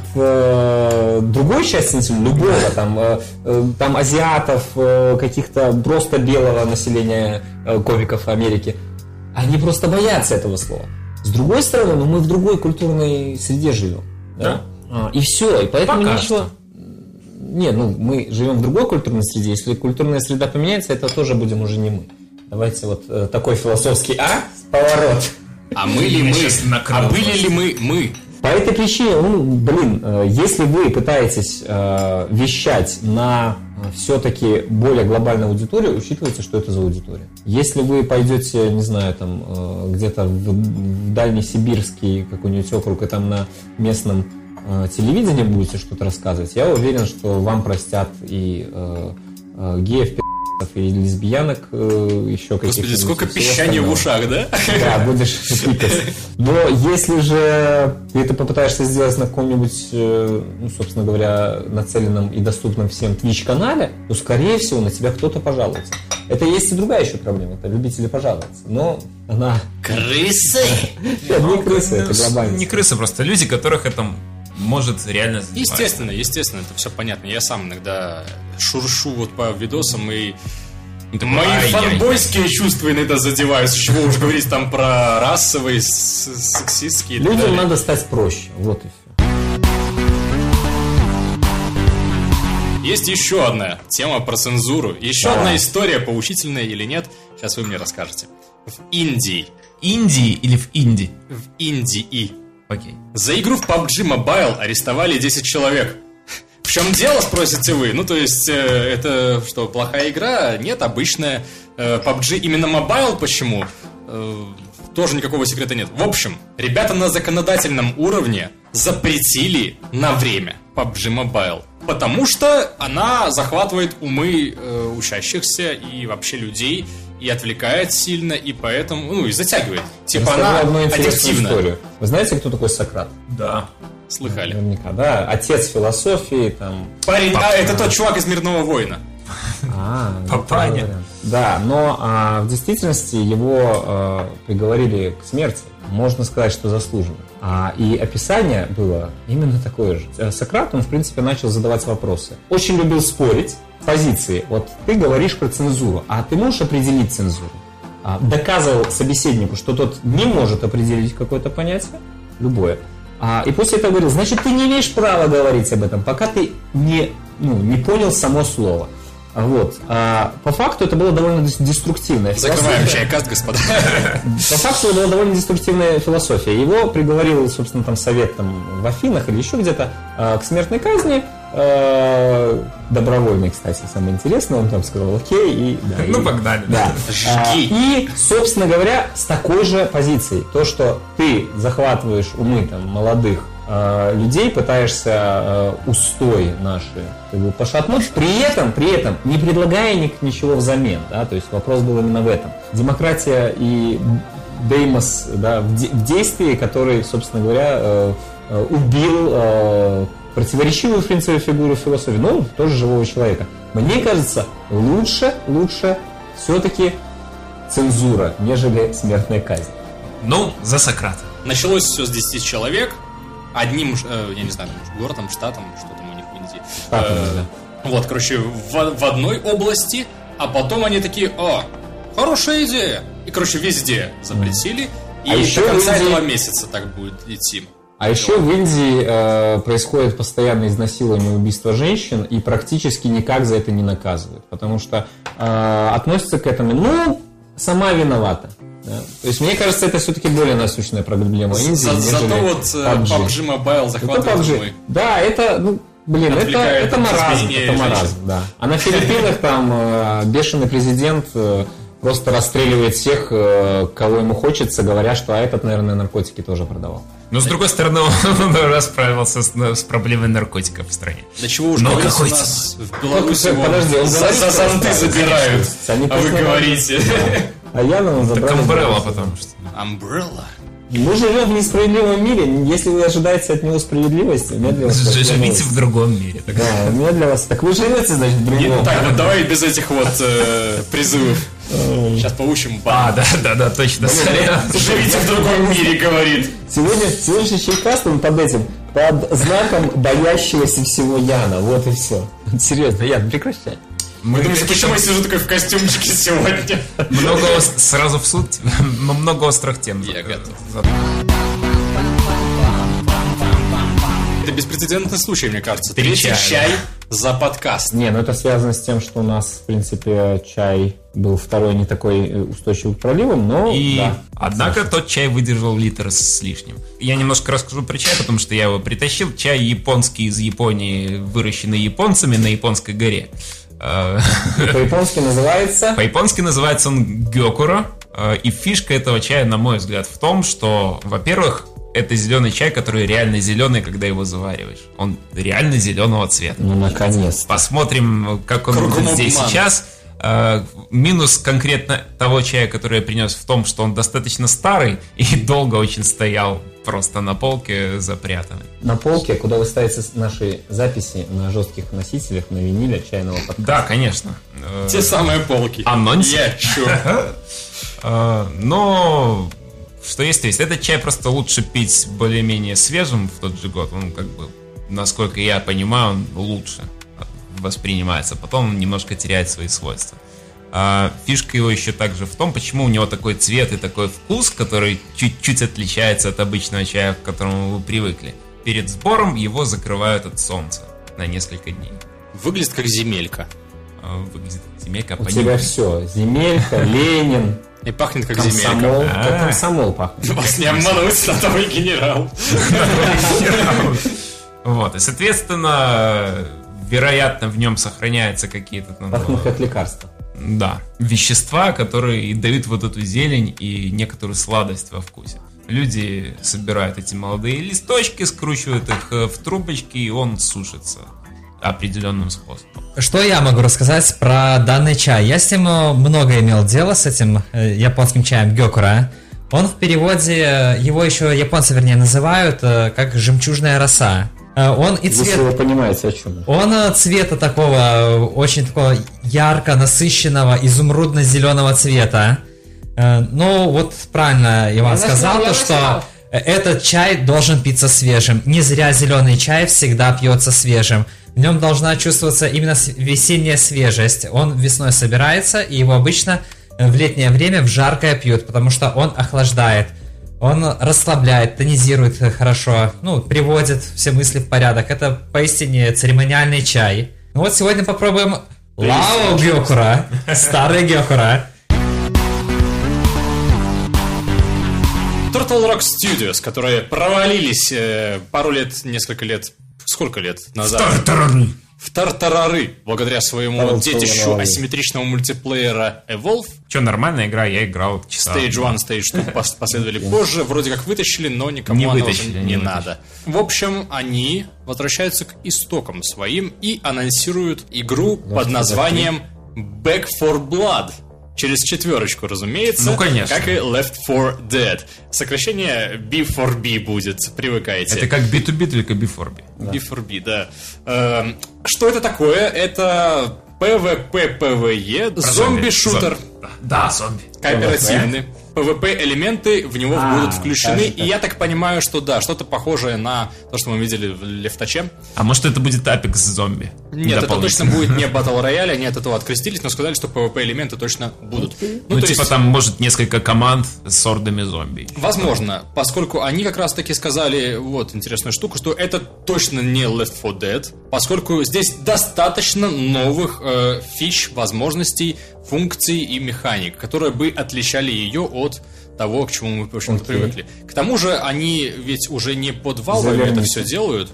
другой части населения, любого, там азиатов, каких-то просто белого населения комиков Америки, они просто боятся этого слова. С другой стороны, мы в другой культурной среде живем. Да? И все, и поэтому Пока ничего... что. Не, мы живем в другой культурной среде. Если культурная среда поменяется, это тоже будем уже не мы. Давайте вот такой философский поворот. А мы ли мы? А были ли мы? По этой причине, если вы пытаетесь вещать на все-таки более глобальную аудиторию, учитывайте, что это за аудитория. Если вы пойдете, не знаю, там где-то в дальний сибирский какой-нибудь округ и там на местном телевидении будете что-то рассказывать, я уверен, что вам простят и геев, и лесбиянок, еще каких-то... Господи, сколько пищания в ушах, да? Да, будешь пикать. Но если же ты это попытаешься сделать на каком-нибудь, собственно говоря, нацеленном и доступном всем Twitch-канале, то, скорее всего, на тебя кто-то пожалуется. Это есть и другая еще проблема, это любители пожаловаться. Но она... Крысы! Нет, не крысы, это глобально. Не крысы, просто люди, которых это может реально задевать. Естественно, это все понятно. Я сам иногда шуршу вот по видосам, и мои фанбойские чувства иногда задеваются. Чего уж говорить там про расовые, сексистские и так Людям далее. надо стать проще, вот и все. Есть еще одна тема про цензуру. Еще одна история, поучительная или нет, сейчас вы мне расскажете. В Индии. Индии или в Инди? В Индии. Окей. За игру в PUBG Mobile арестовали 10 человек. В чем дело, спросите вы? Ну, то есть, это что, плохая игра? Нет, обычная. PUBG именно Mobile, почему? Тоже никакого секрета нет. В общем, ребята на законодательном уровне запретили на время PUBG Mobile. Потому что она захватывает умы учащихся и вообще людей, и отвлекает сильно, и поэтому, и затягивает. Типа она одну интересную аддиктивна. историю. Вы знаете, кто такой Сократ? Да. Слыхали. Наверняка, да? Отец философии, там... Парень, это тот чувак из «Мирного воина». Папаня. Да, но в действительности его приговорили к смерти. Можно сказать, что заслуженно. И описание было именно такое же. Сократ, он, в принципе, начал задавать вопросы. Очень любил спорить в позиции. Вот ты говоришь про цензуру, а ты можешь определить цензуру? Доказывал собеседнику, что тот не может определить какое-то понятие, любое. И после этого говорил, значит, ты не имеешь права говорить об этом, пока ты не понял само слово. Вот. По факту это было довольно деструктивная философия. Закрываем чайкаст, господа. По факту это была довольно деструктивная философия. Его приговорил, собственно, там совет там, в Афинах или еще где-то к смертной казни. Добровольный, кстати, самое интересное. Он там сказал окей. И, да, Погнали. Да. Жги. И, собственно говоря, с такой же позицией. То, что ты захватываешь умы там, молодых людей, пытаешься устои наши пошатнуть, при этом не предлагая ничего взамен. Да? То есть вопрос был именно в этом. Демократия и деймос, да, в действии, который, собственно говоря, убил противоречивую, в принципе, фигуру философии, но тоже живого человека. Мне кажется, лучше все-таки цензура, нежели смертная казнь. За Сократа. Началось все с 10 человек. Одним, я не знаю, городом, штатом, что там у них в Индии. Да. Вот, короче, в одной области, а потом они такие, хорошая идея. И, короче, везде запретили. И еще до конца в Индии... этого месяца так будет идти. А еще в Индии происходит постоянное изнасилование и убийство женщин, и практически никак за это не наказывают. Потому что относятся к этому, сама виновата. Да. То есть, мне кажется, это все-таки более насущная проблема Индии, Зато вот PUBG Mobile захватывает умы. Да, это маразм. Это маразм, да. А на Филиппинах там бешеный президент просто расстреливает всех, кого ему хочется, говоря, что этот, наверное, наркотики тоже продавал. Но, с другой стороны, он расправился с проблемой наркотиков в стране. Да чего уж говорить, у нас в Беларуси Подожди, он за зонты забирают, а вы говорите. А Яна он забрал. Так Umbrella, потому что. Umbrella. Мы живем в несправедливом мире. Если вы ожидаете от него справедливости, у меня для вас... Живите в другом мире. Да, у меня для вас... Так вы живете, значит, в другом. Так, вот давай без этих вот призывов. Сейчас поучим. Да, точно. Живите в другом мире, говорит. Сегодняшний чайкаст, он под знаком боящегося всего Яна. Вот и все. Серьезно, Ян, прекращай. Вы думаете, почему я сижу такой в костюмчике сегодня? Сразу в суд, много острых тем. Я готов. Это беспрецедентный случай, мне кажется. Третий чай за подкаст. Не, ну это связано с тем, что у нас, в принципе, чай был второй не такой устойчивый к проливам, но... Однако тот чай выдержал литр с лишним. Я немножко расскажу про чай, потому что я его притащил. Чай японский из Японии, выращенный японцами на Японской горе. По-японски называется? По-японски называется он гёкуро. И фишка этого чая, на мой взгляд, в том, что, во-первых, это зеленый чай, который реально зеленый, когда его завариваешь. Он реально зеленого цвета. Ну, наконец. Посмотрим, как он будет здесь сейчас. Минус конкретно того чая, который я принес, в том, что он достаточно старый и долго очень стоял просто на полке запрятанный. На полке, куда вы ставите наши записи на жестких носителях, на виниле чайного подкаста. Да, конечно. Те самые полки. Анонс. Я Но что есть. Этот чай просто лучше пить более-менее свежим в тот же год. Он как бы, насколько я понимаю, он лучше воспринимается. Потом он немножко теряет свои свойства. Фишка его еще также в том, почему у него такой цвет и такой вкус, который чуть-чуть отличается от обычного чая, к которому вы привыкли. Перед сбором его закрывают от солнца на несколько дней. Выглядит как земелька. Выглядит как земелька. У тебя все. Земелька, Ленин. И пахнет как комсомол, земелька. Как комсомол пахнет. Вас не обмануть, надовой генерал. Вот, и, соответственно, вероятно, в нем сохраняются какие-то... Пахнет как лекарство. Да, вещества, которые дают вот эту зелень и некоторую сладость во вкусе. Люди собирают эти молодые листочки, скручивают их в трубочки, и он сушится определенным способом. Что я могу рассказать про данный чай? Я с ним много имел дела, с этим японским чаем гёкуро. Он в переводе, его еще японцы, вернее, называют как жемчужная роса. Он и цвет... Вы понимаете, о чем. Он цвета такого, очень такого ярко насыщенного, изумрудно-зеленого цвета. Ну, вот правильно Иван сказал, то, что этот чай должен питься свежим. Не зря зеленый чай всегда пьется свежим. В нем должна чувствоваться именно весенняя свежесть. Он весной собирается, и его обычно в летнее время в жаркое пьют, потому что он охлаждает. Он расслабляет, тонизирует хорошо, ну, приводит все мысли в порядок. Это поистине церемониальный чай. Ну вот сегодня попробуем Лао гёкуро, старый гёкуро. Turtle Rock Studios, которые провалились несколько лет, сколько лет назад? В тартарары, благодаря своему детищу асимметричного мультиплеера Evolve. Че, нормальная игра, я играл часа. Stage 1, Stage 2 последовали позже, вроде как вытащили, но никому оно уже не надо. В общем, они возвращаются к истокам своим и анонсируют игру под названием Back 4 Blood. Через 4, разумеется. Ну, конечно. Как и Left 4 Dead. Сокращение B4B будет, привыкайте. Это как B2B, только B4B. Да. B4B, да. Что это такое? Это PvP-PvE, зомби-шутер. Да, зомби. Кооперативный. PvP-элементы в него будут включены. И я так понимаю, что да, что-то похожее на то, что мы видели в Лефтаче. А может, это будет Apex зомби? Нет, это точно будет не Battle Royale, они от этого открестились, но сказали, что PvP-элементы точно будут. Ну типа есть, там может несколько команд с ордами зомби. Возможно, поскольку они как раз-таки сказали вот интересную штуку, что это точно не Left 4 Dead, поскольку здесь достаточно новых фич, возможностей, функций и механик, которые бы отличали ее от того, к чему мы, в общем-то, привыкли. К тому же они ведь уже не под Valve это все делают,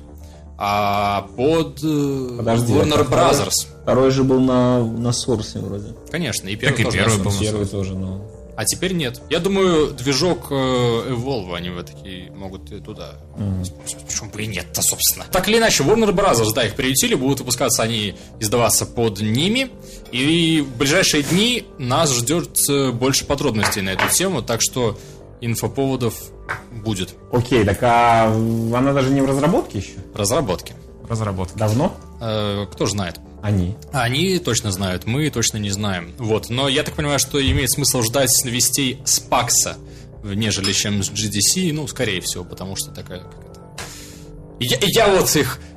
а под Warner Brothers. Второй же был на Source вроде. Конечно, и первый был на Source. Первый тоже, но... А теперь нет. Я думаю, движок Evolve они в такие могут и туда. Почему бы и нет-то, собственно. Так или иначе, Warner Brothers, да, их приютили, будут выпускаться они, издаваться под ними. И в ближайшие дни нас ждет больше подробностей на эту тему, так что инфоповодов будет. Окей, так а она даже не в разработке еще? Разработки. Давно? Кто же знает. Они точно знают, мы точно не знаем. Вот. Но я так понимаю, что имеет смысл ждать новостей с PAX, нежели чем с GDC, ну, скорее всего, потому что такая... Я вот их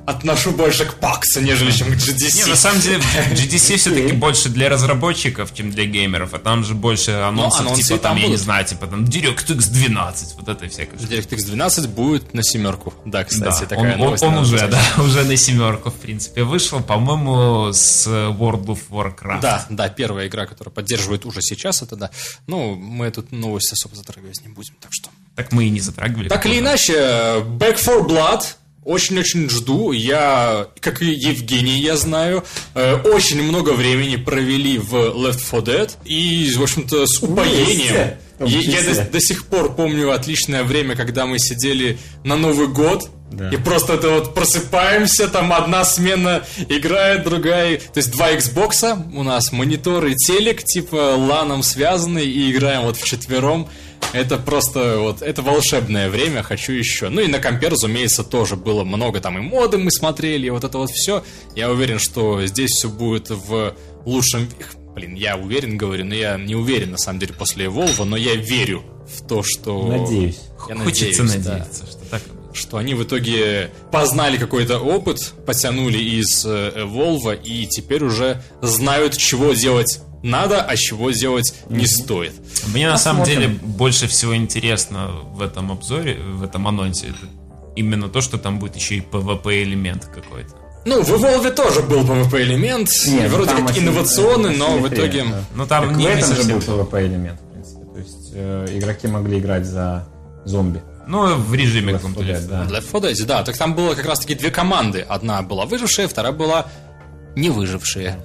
отношу больше к PAX, нежели чем к GDC. Не, на самом деле, GDC все-таки больше для разработчиков, чем для геймеров, а там же больше анонсов, анонсы типа там, там я не будут. знаю, типа там DirectX 12, вот это всякое. DirectX 12 будет на 7. Да, кстати, Да, такая новость. он надо уже, сказать. да, уже на 7, в принципе, вышел, по-моему, с World of Warcraft. Да, первая игра, которая поддерживает уже сейчас это, да. Ну, мы эту новость особо затрагивать не будем, так что... Так мы и не затрагивали. Так или иначе, Back 4 Blood очень-очень жду. Я, как и Евгений, я знаю, очень много времени провели в Left 4 Dead. И, в общем-то, с упоением. Я до сих пор помню отличное время, когда мы сидели на Новый год. Да. И просто это вот просыпаемся, там одна смена играет, другая... То есть 2 Xbox'а, у нас монитор и телек, типа ланом связаны, и играем вот вчетвером. Это просто вот, это волшебное время, хочу еще. Ну и на компе, разумеется, тоже было много, там и моды мы смотрели, и вот это вот все. Я уверен, что здесь все будет в лучшем... Блин, я уверен, говорю, но я не уверен, на самом деле, после Evolve, но я верю в то, что... Надеюсь. Хочется надеяться, что так. Что они в итоге познали какой-то опыт, потянули из Evolve, и теперь уже знают, чего делать надо, а чего делать не стоит. Мне на самом деле больше всего интересно в этом обзоре, в этом анонсе, это именно то, что там будет еще и PvP-элемент какой-то. Ну, в Evolve тоже был PvP-элемент, вроде как инновационный, но в итоге... Ну, там так не в этом же совсем... был PvP-элемент, в принципе. То есть игроки могли играть за зомби. Ну, в режиме Left каком-то. 4 Dead, да. Left 4 Dead, да. Так там было как раз-таки 2 команды. Одна была выжившая, вторая была не выжившие.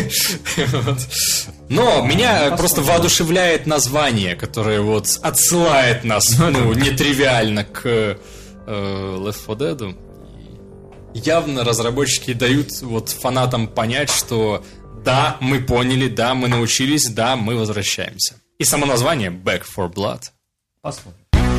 Но меня просто воодушевляет название, которое вот отсылает нас, ну, нетривиально к Left 4 Dead. Явно разработчики дают вот фанатам понять, что да, мы поняли, да, мы научились, да, мы возвращаемся. И само название Back 4 Blood. Посмотрим.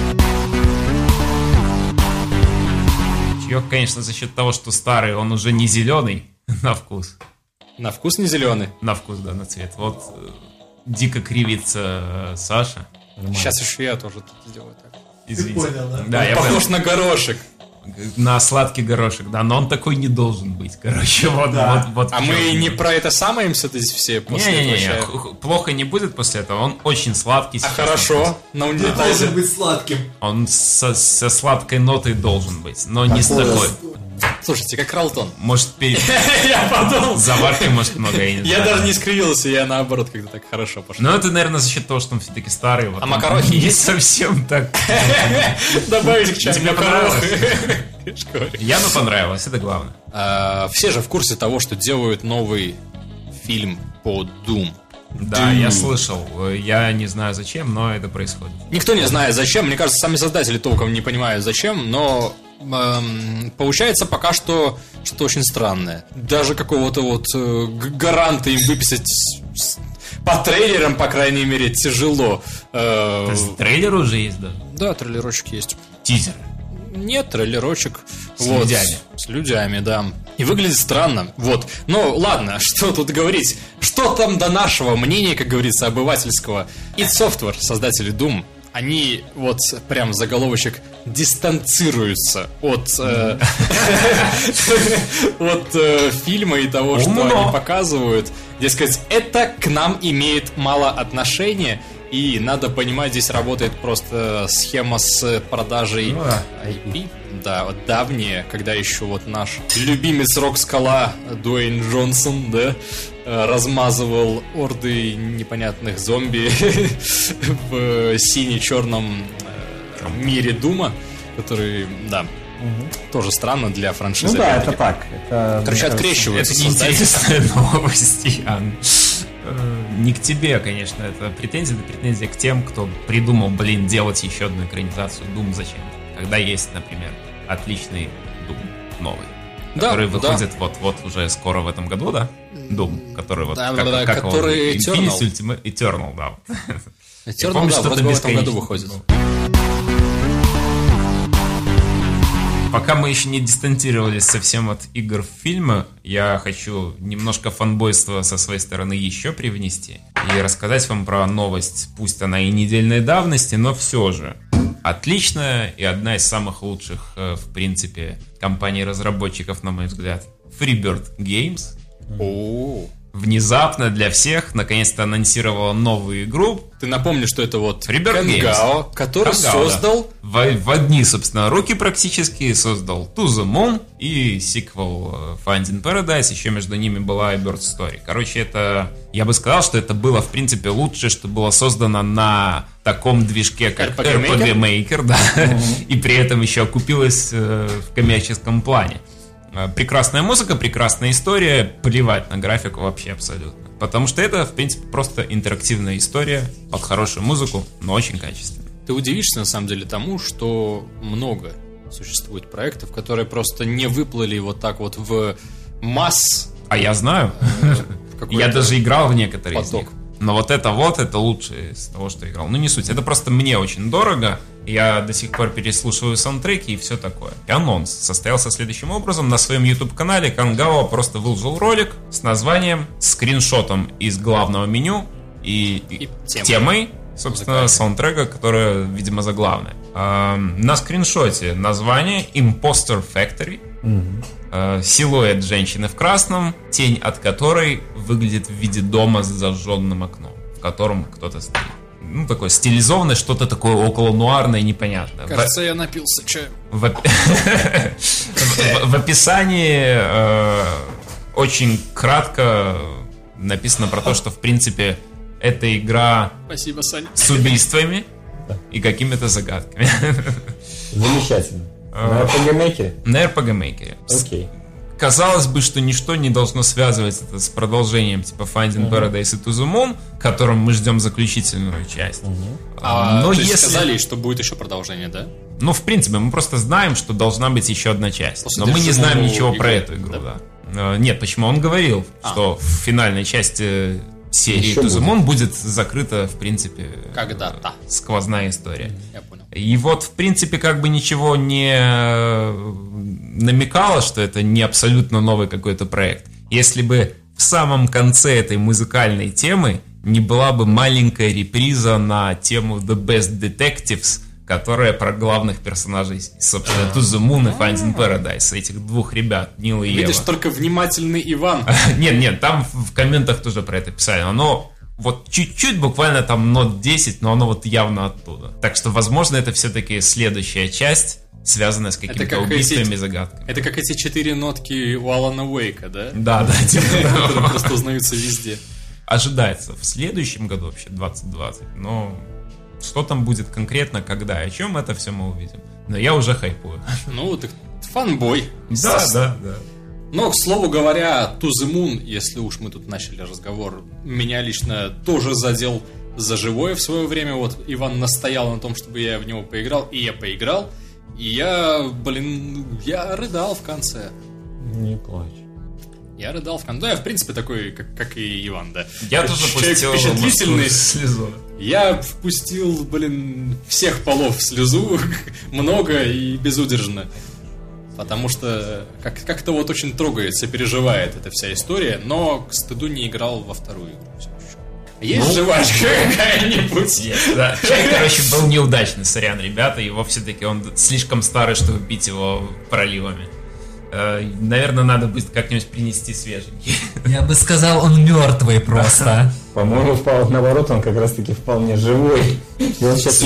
Чаек, конечно, за счет того, что старый, он уже не зеленый на вкус. На вкус не зеленый. На вкус, да, на цвет. Вот дико кривится Саша. Сейчас еще я тоже тут сделаю так. Извините. Ты понял, да? Да, я Похож понял. на горошек. На сладкий горошек, да, но он такой не должен быть, короче, вот, Да. вот. А в мы чём. не про это самое им здесь все после этого Не-не-не, чая? плохо не будет после этого, он очень сладкий. А сейчас хорошо, на Ты унитазе. должен быть сладким. Он со сладкой нотой должен быть, но не с такой. Слушайте, как Ралтон. Может, перед Я подумал. заваркой, может, много, я не Я знаю. даже не скривился, я наоборот как-то так хорошо пошел. Но это, наверное, за счет того, что он все-таки старый. Вот А он макарохи не есть? совсем так. Добавить к чаю Тебе макарохи. Яну понравилось, это главное. Все же в курсе того, что делают новый фильм по Doom. Да, я слышал. Я не знаю зачем, но это происходит. Никто не знает зачем, мне кажется, сами создатели толком не понимают зачем, но получается пока что что-то очень странное. Даже какого-то вот гаранта им выписать по трейлерам, по крайней мере, тяжело. То есть трейлер уже есть, да? Да, трейлерочек есть. Тизер. Нет, трейлерочек. С людьми. С людьми, да. И выглядит странно. Вот. Ну, ладно, что тут говорить? Что там до нашего мнения, как говорится, обывательского? id Software, создатели Doom, они вот прям заголовочек дистанцируются от фильма и того, что они показывают. Дескать, это к нам имеет мало отношения. И надо понимать, здесь работает просто схема с продажей IP. Да, вот давняя, когда еще вот наш любимец рок-скала Дуэйн Джонсон, да, размазывал орды непонятных зомби в сине-черном мире Дума, который, да, тоже странно для франшизы. Ну да, это так. Это, короче, открещиваются. Это неинтересная новость, Ян. Не к тебе, конечно, это претензия к тем, кто придумал, делать еще одну экранизацию Doom зачем? Когда есть, например, отличный Doom новый, который выходит вот уже скоро в этом году, да? Doom, который вот который Infinity Eternal, да. Eternal, да, вроде бы в этом году выходит. Пока мы еще не дистанцировались совсем от игр в фильмы, я хочу немножко фанбойства со своей стороны еще привнести и рассказать вам про новость, пусть она и недельной давности, но все же. отличная и одна из самых лучших, в принципе, компаний-разработчиков, на мой взгляд. Freebird Games. Внезапно для всех наконец-то анонсировала новую игру. Ты напомни, что это вот Freebird Кангао, который создал... Да. В одни, собственно, руки практически создал To The Moon и сиквел Finding Paradise. Еще между ними была и Bird Story. Короче, это... Я бы сказал, что это было, в принципе, лучшее, что было создано на таком движке, как RPG Maker, да. И при этом еще окупилось в коммерческом плане. Прекрасная музыка, прекрасная история, плевать на графику вообще абсолютно. Потому что это, в принципе, просто интерактивная история под хорошую музыку, но очень качественная. Ты удивишься, на самом деле, тому, что много существует проектов, которые просто не выплыли вот так вот в масс. А я знаю. Я даже играл в некоторые из них. Но вот это лучшее из того, что играл. Ну, не суть. Это просто мне очень дорого. Я до сих пор переслушиваю саундтреки и все такое. И анонс состоялся следующим образом. На своем YouTube-канале Кангао просто выложил ролик с названием, скриншотом из главного меню и темой, собственно, саундтрека, которая, видимо, заглавная. На скриншоте название Imposter Factory. Силуэт женщины в красном, тень от которой выглядит в виде дома с зажженным окном, в котором кто-то стоит. Ну, такое стилизованное, что-то такое около нуарное, непонятное. Кажется, я напился чаем. В описании очень кратко написано про то, что, в принципе, это игра Спасибо, Саня. С убийствами и какими-то загадками. Замечательно. На RPG Maker? На RPG Maker. Окей. Казалось бы, что ничто не должно связывать это с продолжением типа Finding Paradise и To The Moon, которым мы ждем заключительную часть. Но если... сказали, что будет еще продолжение, да? Ну, в принципе, мы просто знаем, что должна быть еще одна часть. Но мы не знаем ничего про эту игру, да. Нет, почему? Он говорил, что в финальной части серии To The Moon будет закрыта, в принципе, когда-то сквозная история. Я понял. И вот, в принципе, как бы ничего не намекало, что это не абсолютно новый какой-то проект. Если бы в самом конце этой музыкальной темы не была бы маленькая реприза на тему The Best Detectives, которая про главных персонажей, собственно, To The Moon и Finding Paradise, этих двух ребят, Нил и Ева. Видишь, только внимательный Иван. Нет, там в комментах тоже про это писали. Оно вот чуть-чуть, буквально там нот 10, но оно вот явно оттуда. Так что, возможно, это все-таки следующая часть, связанная с какими-то убийствами и загадками. Это как эти 4 нотки у Алана Уэйка, да? Да, которые просто узнаются везде. Ожидается в следующем году вообще, 2020, но что там будет конкретно, когда и о чем, это все мы увидим. Но я уже хайпую. Ну, ты фанбой. Да. Но, к слову говоря, To The Moon, если уж мы тут начали разговор, меня лично тоже задел за живое в свое время. Вот Иван настоял на том, чтобы я в него поиграл, и я поиграл. И я рыдал в конце. Не плачь. Я рыдал в конце. Да, я, в принципе, такой, как и Иван, да. Я тоже пустил впечатлительный слезу. Я впустил, всех полов в слезу, много и безудержно. Потому что как-то вот очень трогается, переживает эта вся история, но к стыду не играл во вторую игру. Есть жвачка какая-нибудь? Да, чай, короче, был неудачный, сорян, ребята. Его все-таки он слишком старый, чтобы пить его проливами. Наверное, надо будет как-нибудь принести свеженький. Я бы сказал, он мертвый просто. По-моему, наоборот, он как раз-таки вполне живой. И он сейчас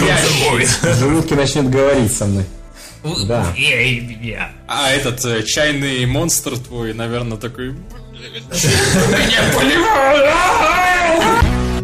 в желудке начнет говорить со мной. Да. А этот чайный монстр твой, наверное, такой... Меня поливают!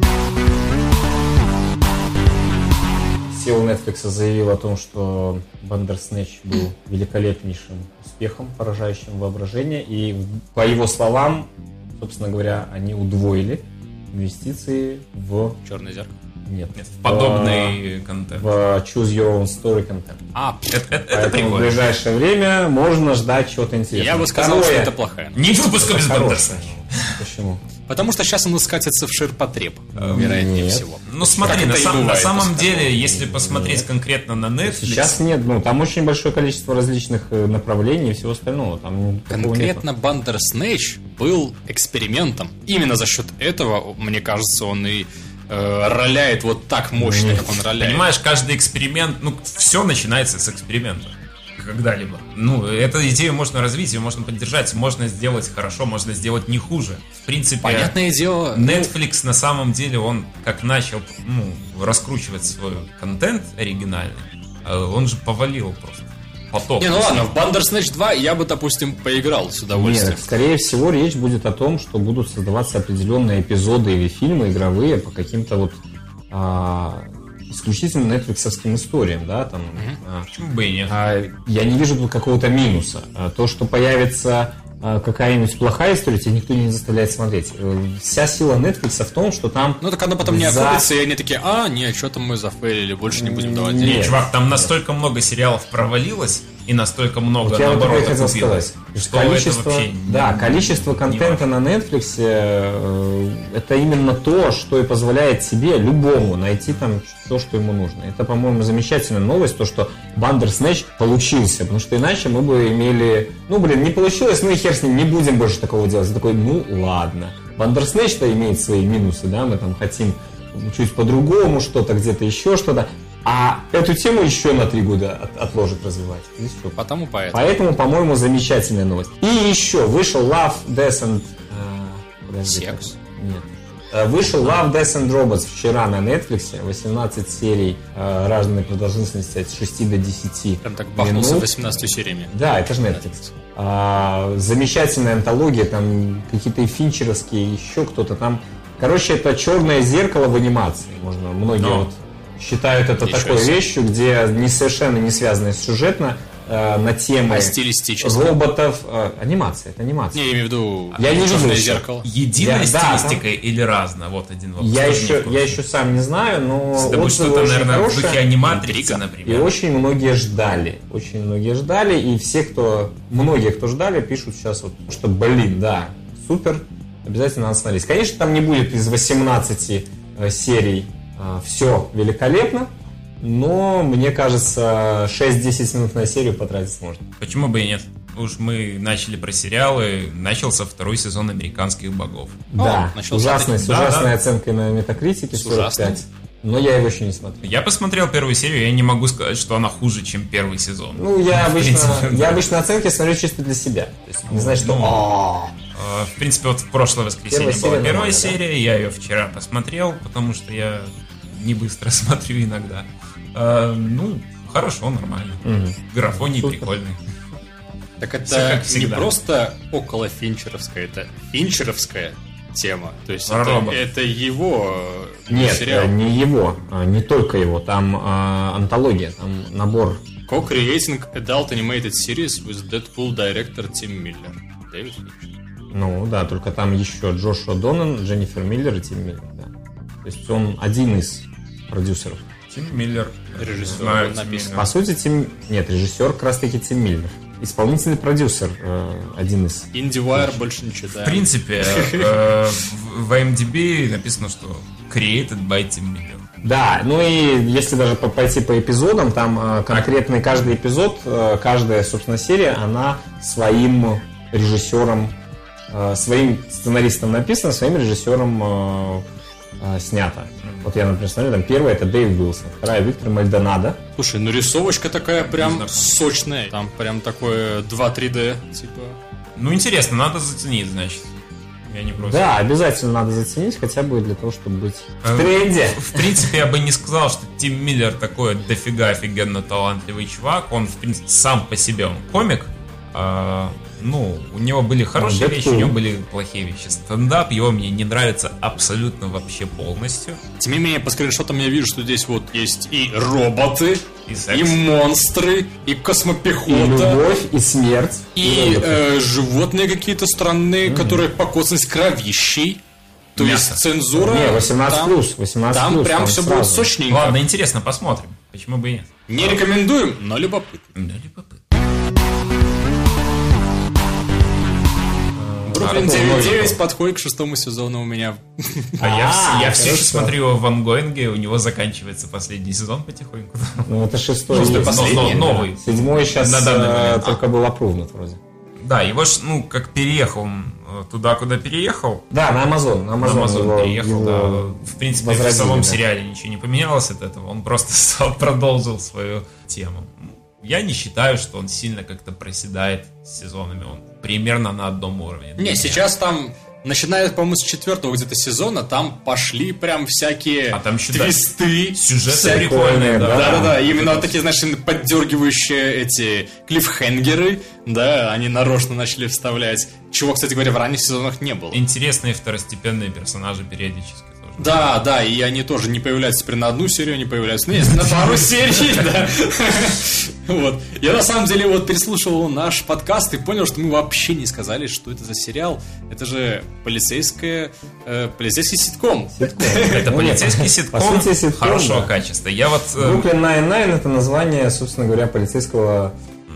SEO Netflix заявил о том, что Bandersnatch был великолепнейшим успехом, поражающим воображение. И, по его словам, собственно говоря, они удвоили инвестиции в... Черное зеркало? Нет, в подобный контент. В Choose Your Own Story контент. Это прикольно. В ближайшее время можно ждать чего-то интересного. Я бы сказал, что это плохая. Не выпуска без Bandersnatch. Почему? Потому что сейчас он скатится в ширпотреб, вероятнее всего. Ну смотри, на самом деле, если посмотреть конкретно на Netflix... Сейчас нет, там очень большое количество различных направлений и всего остального. Там конкретно Bandersnatch был экспериментом. Именно за счет этого, мне кажется, он и роляет вот так мощно, как он роляет. Понимаешь, каждый эксперимент, все начинается с эксперимента. Когда-либо. Эту идею можно развить, ее можно поддержать, можно сделать хорошо, можно сделать не хуже. В принципе, понятное дело, Netflix на самом деле, он как начал раскручивать свой контент оригинальный, он же повалил просто поток. Не, ну ладно, в Bandersnatch 2 я бы, допустим, поиграл с удовольствием. Нет, скорее всего, речь будет о том, что будут создаваться определенные эпизоды или фильмы игровые по каким-то вот исключительно нетфликсовским историям, да, там. Почему бы и нет? Я не вижу тут какого-то минуса. То, что появится какая-нибудь плохая история, тебя никто не заставляет смотреть. Вся сила Netflix в том, что там... Ну, так оно потом не окупится, и они такие, нет, что-то мы зафейлили, больше не будем давать денег. Нет, чувак, там настолько много сериалов провалилось, и настолько много, наоборот, окупилось. Количество контента на Netflix это именно то, что и позволяет себе, любому, найти там то, что ему нужно. Это, по-моему, замечательная новость, то, что Bandersnatch получился, потому что иначе мы бы имели... не получилось, и хер с ним, не будем больше такого делать. Я такой, ладно. Bandersnatch-то имеет свои минусы, да, мы там хотим чуть по-другому что-то, где-то еще что-то. А эту тему еще на 3 года отложат развивать. Поэтому, по-моему, замечательная новость. И еще вышел Love, Death and... Секс? Нет. Вышел Love, Death and Robots вчера на Netflix. 18 серий разной продолжительности от 6 до 10 Прям так бахнулся 18 сериями. Да, это же Netflix. Замечательная антология, там какие-то финчеровские, еще кто-то там. Короче, это черное зеркало в анимации. Многие считают это такой вещью, где совершенно не связанная сюжетно на темы роботов. Анимация, это анимация. Не, я имею в виду я не черное зеркало. Единая стилистика или разно? Вот один вопрос. Я еще сам не знаю, но это будет что-то, наверное, в духе аниматрицы, например. И очень многие ждали. И многие, кто ждали, пишут сейчас что, супер, обязательно надо смотреть. Конечно, там не будет из 18 серий все великолепно, но, мне кажется, 6-10 минут на серию потратить можно. Почему бы и нет? Уж мы начали про сериалы, начался 2-й сезон «Американских богов». Да, с ужасной оценкой на Метакритике, 45. Но я его еще не смотрел. Я посмотрел 1-ю серию, я не могу сказать, что она хуже, чем 1-й сезон. Я обычно оценки смотрю чисто для себя. То есть не значит, что... В принципе, в прошлое воскресенье была 1-я серия, я ее вчера посмотрел, потому что я не быстро смотрю иногда. Хорошо, нормально. Графоний прикольный. Так это не просто около финчеровская, это финчеровская тема. То есть это его сериал. Нет, не его, не только его. Там антология, там набор. Co-creating adult animated series with Deadpool director Tim Miller. Дэвид Финчер. Только там еще Джошуа Доннан, Дженнифер Миллер и Тим Миллер. Да. То есть он один из продюсеров. Тим Миллер. Режиссер написано. По сути, режиссер как раз таки Тим Миллер. Исполнительный продюсер один из. IndieWire больше не читаю. В принципе, в IMDb написано, что created by Tim Miller. Да, и если даже пойти по эпизодам, там конкретный каждый эпизод, каждая, собственно, серия, она своим режиссером, своим сценаристом написана, своим режиссером снято. Вот я, например, смотрю, там первая это Дэйв Уилсон, вторая Виктор Мальдонадо. Слушай, рисовочка такая прям сочная. Там прям такое 2-3D, типа. Интересно, надо заценить, значит. Я не против. Да, обязательно надо заценить, хотя бы для того, чтобы быть в тренде. В принципе, я бы не сказал, что Тим Миллер такой дофига офигенно талантливый чувак. Он, в принципе, сам по себе он комик. У него были хорошие вещи, у него были плохие вещи. Стендап его мне не нравится абсолютно вообще полностью. Тем не менее, по скриншотам я вижу, что здесь есть и роботы, и монстры, и космопехота. И любовь, и смерть. И животные какие-то странные, которые по косность кровищей. То есть цензура... Не, 18+. Там прям все будет сочненько. Ладно, интересно, посмотрим. Почему бы и нет? Не рекомендуем, но любопытно. Бруклин 9.9 подходит к 6-му сезону у меня. Я все еще смотрю его в ангоинге, у него заканчивается последний сезон потихоньку. Это 6-й. Новый. 7-й сейчас только был опрувнут вроде. Да, его ж, как переехал туда, куда переехал. Да, на Amazon. На Amazon переехал, да. В принципе, в самом сериале ничего не поменялось от этого. Он просто продолжил свою тему. Я не считаю, что он сильно как-то проседает с сезонами. Он примерно на одном уровне. Не, сейчас там, начиная, по-моему, с 4-го где-то сезона, там пошли прям всякие там еще, твисты. Сюжеты прикольные, да. Да-да-да, именно вот такие, знаешь, поддергивающие эти клиффхенгеры, да, они нарочно начали вставлять. Чего, кстати говоря, в ранних сезонах не было. Интересные второстепенные персонажи периодически. Да, и они тоже не появляются теперь на одну серию, они появляются на пару серий, да. Вот. Я на самом деле переслушивал наш подкаст и понял, что мы вообще не сказали, что это за сериал. Это же полицейский ситком. Это полицейский ситком хорошего качества. Brooklyn Nine-Nine — это название, собственно говоря, полицейского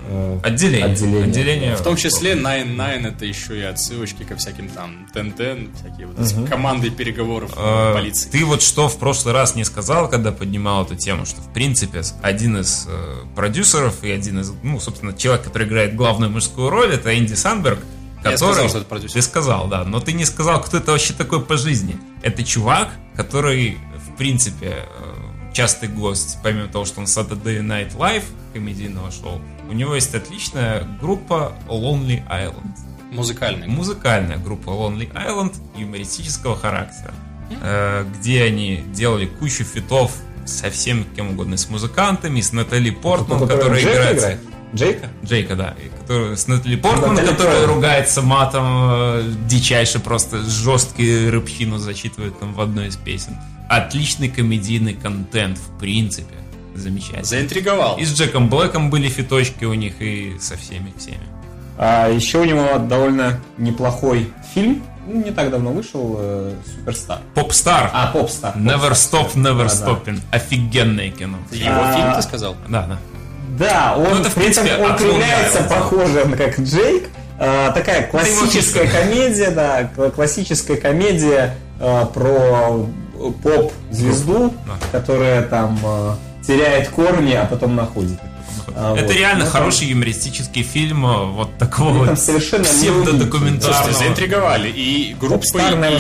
отделение. В том числе Nine-Nine — это еще и отсылочки ко всяким там Ten-Ten, всякие эти команды переговоров полиции. Ты что в прошлый раз не сказал, когда поднимал эту тему, что в принципе один из продюсеров и один из, собственно, человек, который играет главную мужскую роль, это Энди Самберг, который... Я сказал, что это продюсер. Ты сказал, да, но ты не сказал, кто это вообще такой по жизни. Это чувак, который, в принципе, частый гость, помимо того, что он Saturday Night Live, комедийного шоу, у него есть отличная группа Lonely Island. Музыкальная группа Lonely Island юмористического характера, где они делали кучу фитов со всем кем угодно, с музыкантами, с Натали Портман, которая играет... Джейка, да. С Натали Портман, которая ругается матом дичайше, просто жесткий рыбчину зачитывает там в одной из песен. Отличный комедийный контент, в принципе. Замечательно. Заинтриговал. И с Джеком Блэком были фиточки у них, и со всеми. А еще у него довольно неплохой фильм. Не так давно вышел «Суперстар». «Попстар». «Попстар». «Never Stop, Never Stopping». Офигенное кино. Его фильм, ты сказал? Да. Да, он кривляется похоже, как Джейк. Такая классическая комедия, да, классическая комедия про поп-звезду, которая там теряет корни, а потом находит. Это реально хороший юмористический фильм вот такого псевдодокументарного. Заинтриговали и группой,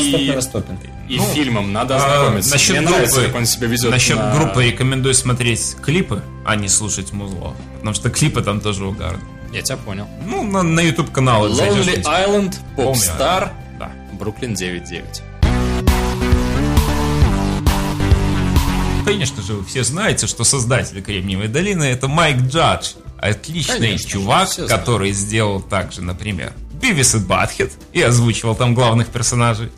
и фильмом. Надо ознакомиться. Мне нравится, как он себя везет. Насчет группы рекомендую смотреть клипы, а не слушать музло. Потому что клипы там тоже угарные. Я тебя понял. На YouTube-каналы зайдешь. Lonely Island, Popstar, Brooklyn 9-9. Конечно же, вы все знаете, что создатель «Кремниевой долины» — это Майк Джадж. Отличный чувак, который сделал также, например, Бивис и Батхед и озвучивал там главных персонажей.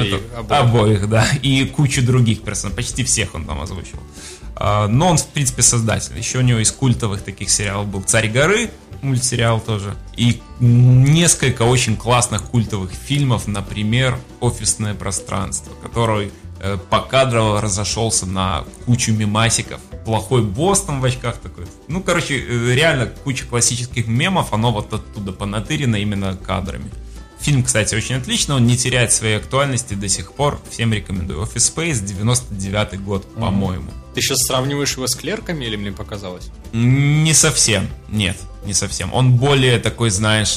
Обоих, да. И кучу других персонажей. Почти всех он там озвучивал. Но он, в принципе, создатель. Еще у него из культовых таких сериалов был «Царь горы», мультсериал тоже. И несколько очень классных культовых фильмов, например, «Офисное пространство», который покадрово разошелся на кучу мемасиков. Плохой босс там в очках такой. Реально куча классических мемов, оно вот оттуда понатырено именно кадрами. Фильм, кстати, очень отличный, он не теряет своей актуальности до сих пор. Всем рекомендую. Office Space, 99-й год, по-моему. Ты сейчас сравниваешь его с «Клерками» или мне показалось? Не совсем, нет, не совсем. Он более такой, знаешь,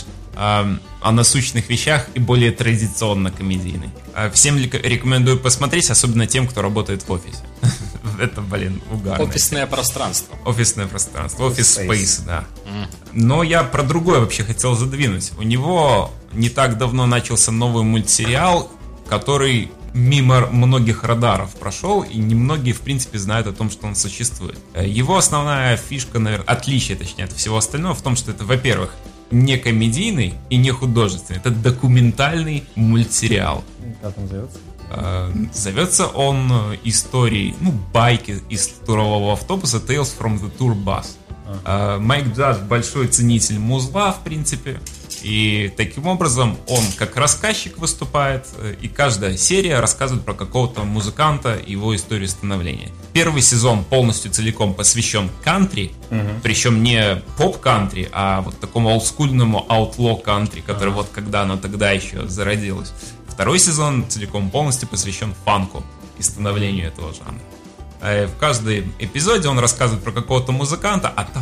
о насущных вещах и более традиционно комедийный. Всем рекомендую посмотреть, особенно тем, кто работает в офисе. Это, угарно. Офисное пространство. Офисное пространство. Office Space, да. Но я про другое вообще хотел задвинуть. У него не так давно начался новый мультсериал, который мимо многих радаров прошел, и немногие, в принципе, знают о том, что он существует. Его основная фишка, наверное, отличие, точнее, от всего остального в том, что это, во-первых, не комедийный и не художественный. Это документальный мультсериал. Как он зовется? Зовется он историей, байки из турового автобуса Tales from the Tour Bus. Майк Джадж большой ценитель музла, в принципе. И таким образом он как рассказчик выступает, и каждая серия рассказывает про какого-то музыканта и его историю становления. Первый сезон полностью целиком посвящен кантри, причем не поп-кантри, а вот такому олдскульному outlaw-кантри, который вот когда оно тогда еще зародилось. Второй сезон целиком полностью посвящен фанку и становлению этого жанра. В каждом эпизоде он рассказывает про какого-то музыканта, а там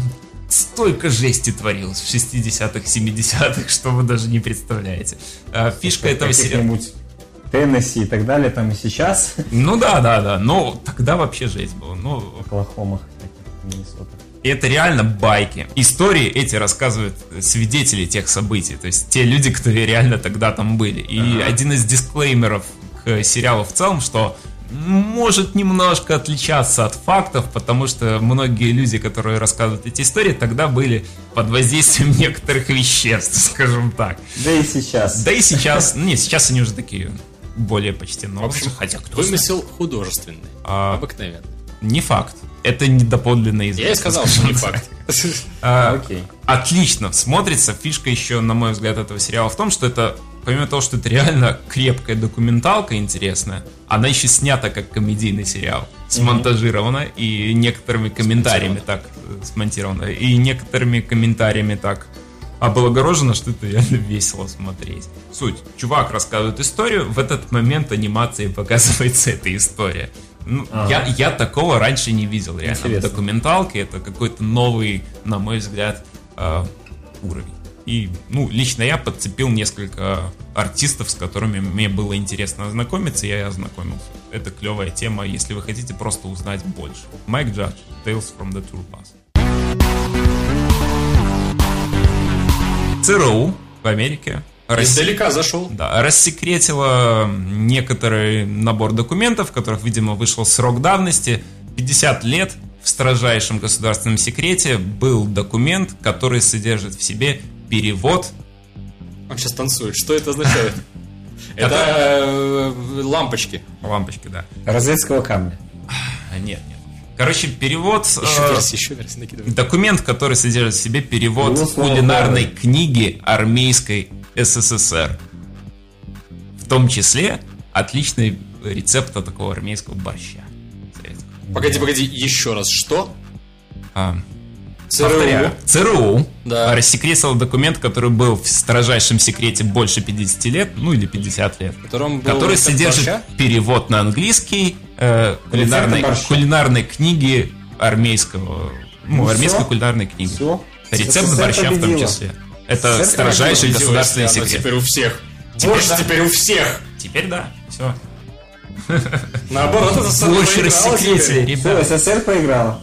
столько жести творилось в 60-х, 70-х, что вы даже не представляете. Фишка этого сериала... Теннесси и так далее, там и сейчас. Ну да. Но тогда вообще жесть была. Ну, в Оклахомах, таких Миннесотах. И это реально байки. Истории эти рассказывают свидетели тех событий. То есть те люди, которые реально тогда там были. И один из дисклеймеров к сериалу в целом, что может немножко отличаться от фактов, потому что многие люди, которые рассказывают эти истории, тогда были под воздействием некоторых веществ, скажем так. Да и сейчас. Нет, сейчас они уже такие более почтенные. В общем, хотя кто вымысел художественный. Обыкновенно. Не факт. Это недоподлинно известно. Я и сказал, что не факт. Окей. Отлично смотрится. Фишка еще, на мой взгляд, этого сериала в том, что это, помимо того, что это реально крепкая документалка интересная, она еще снята как комедийный сериал. Смонтажирована и некоторыми комментариями так смонтирована. И некоторыми комментариями так облагорожено, что это реально весело смотреть. Суть. Чувак рассказывает историю, в этот момент анимации показывается эта история. Ну, я такого раньше не видел, реально. Интересно. В документалке это какой-то новый, на мой взгляд, уровень. И, лично я подцепил несколько артистов, с которыми мне было интересно ознакомиться, я и ознакомился. Это клевая тема, если вы хотите просто узнать больше. Майк Джадж, Tales from the Tour Bus. ЦРУ в Америке издалека зашел. Да, рассекретила некоторый набор документов, в которых, видимо, вышел срок давности. 50 лет в строжайшем государственном секрете был документ, который содержит в себе перевод. Он сейчас танцует. Что это означает? Это лампочки. Лампочки, да. Розетского камня. Нет. Короче, перевод... Еще версии накидывай. Документ, который содержит в себе перевод кулинарной книги армейской СССР. В том числе отличный рецепт такого армейского борща. Погоди, еще раз. Что? ЦРУ Да. рассекретил документ, который был в строжайшем секрете больше 50 лет, или 50 лет, который содержит перевод на английский кулинарной книги армейского, армейской кулинарной книги. Все. Рецепт борща в том числе. Это строжайший государственный секрет. Теперь у всех. Теперь у всех. Теперь да, все. Наоборот, это Больше рассекретили, ребят. Все, СССР проиграла.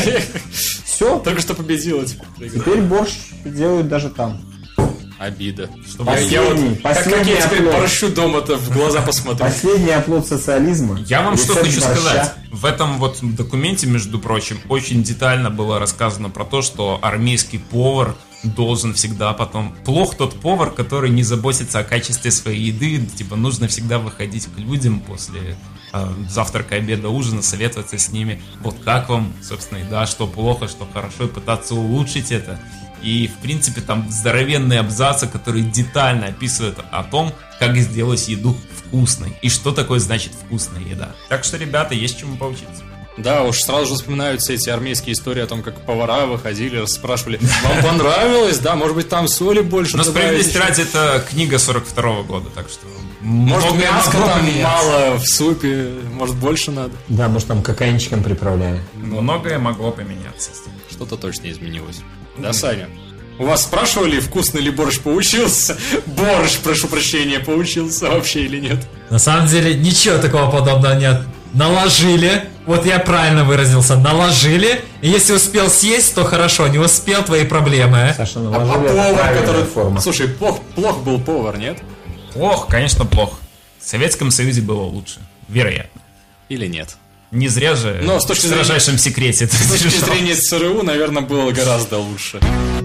Все. Только что победила. Теперь борщ делают даже там. Обида. Как я теперь борщу дома-то в глаза посмотрю. Последний оплот социализма. Я вам что Рецепт хочу борща. сказать. В этом вот документе, между прочим, очень детально было рассказано про то, что армейский повар должен всегда потом... Плох тот повар, который не заботится о качестве своей еды. Типа нужно всегда выходить к людям после завтрака, обеда, ужина, советоваться с ними. Вот как вам, собственно, еда, что плохо, что хорошо, и пытаться улучшить это. И, в принципе, там здоровенные абзацы, которые детально описывают о том, как сделать еду вкусной. И что такое значит вкусная еда. Так что, ребята, есть чему поучиться. Да, уж сразу же вспоминаются эти армейские истории о том, как повара выходили, расспрашивали, вам понравилось, да, может быть, там соли больше Но добавить. справедливости ради, это книга 42-го года, так что... Может, многое мяска могло там поменяться. мало в супе, может, больше надо. Да, может там кокаинчиком приправляли. Многое могло поменяться. Что-то точно изменилось. Да, Саня? У вас спрашивали, вкусный ли борщ получился? Борщ, прошу прощения, получился вообще или нет? На самом деле ничего такого подобного нет. Наложили, вот я правильно выразился, наложили, и если успел съесть, то хорошо, не успел, твои проблемы. Саша, А наложили повар, который... форма. Слушай, плох был повар, нет? Плохо, конечно, плохо. В Советском Союзе было лучше, вероятно. Или нет? Не зря же Но с точки в строжайшем секрете это С точки решалось. зрения ЦРУ, наверное, было гораздо лучше.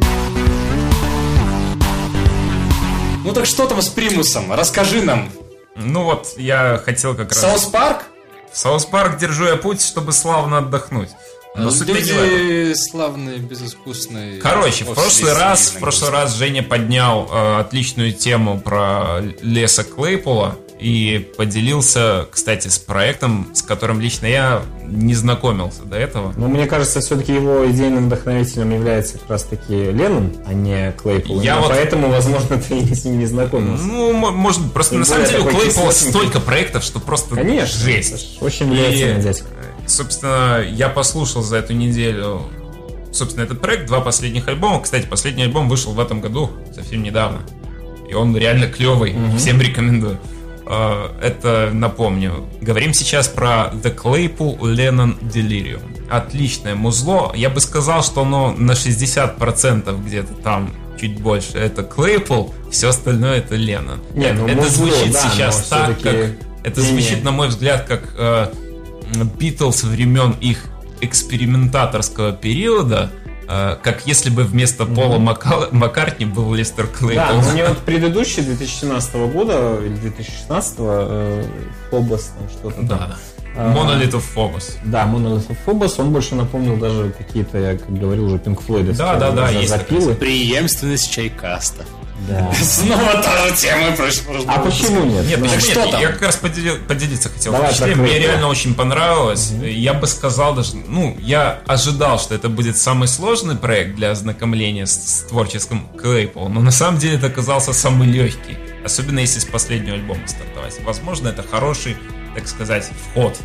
Ну так что там с примусом? Расскажи нам. Ну вот, я хотел как раз... Саус Парк? В Саус Парк держу я путь, чтобы славно отдохнуть. Но суть не в этом. Люди славные, безыскусные. Короче, в прошлый раз Женя поднял отличную тему про Леса Клейпола и поделился, кстати, с проектом, с которым лично я не знакомился до этого. Но мне кажется, все-таки его идейным вдохновителем является как раз-таки Леннон, а не Клейпол. Поэтому, возможно, ты с ним не знакомился. Ну, может быть, просто на самом деле у Клейпола столько проектов, что просто Конечно, жесть. очень влиятельный дядька. Собственно, я послушал за эту неделю собственно, этот проект, 2 последних альбома. Кстати, последний альбом вышел в этом году, совсем недавно. И он реально клевый, всем рекомендую. Это, напомню, говорим сейчас про The Claypool Lennon Delirium. Отличное музло. Я бы сказал, что оно на 60% где-то там, чуть больше. Это Claypool, все остальное это Леннон. Это музло, звучит да, сейчас так, как... Это звучит, на мой взгляд, как Битлз времен их экспериментаторского периода, как если бы вместо Пола Маккартни был Лестер Клейпол. Да, у него предыдущий 2017 года или 2016 Phobos, там что-то там. Да. Monolith of Phobos. Да, Monolith of Phobos, он больше напомнил даже какие-то, я как говорил уже, Pink Floyd. Да, есть запилы. Преемственность чайкаста. Да. Снова та же тема. А почему нет? Нет, почему что нет? там? Я как раз поделиться хотел. Давай, Впечатление мне реально очень понравилось. Я бы сказал даже, я ожидал, что это будет самый сложный проект для ознакомления с творчеством Клейпола, но на самом деле это оказался самый легкий. Особенно если с последнего альбома стартовать. Возможно, это хороший, так сказать, вход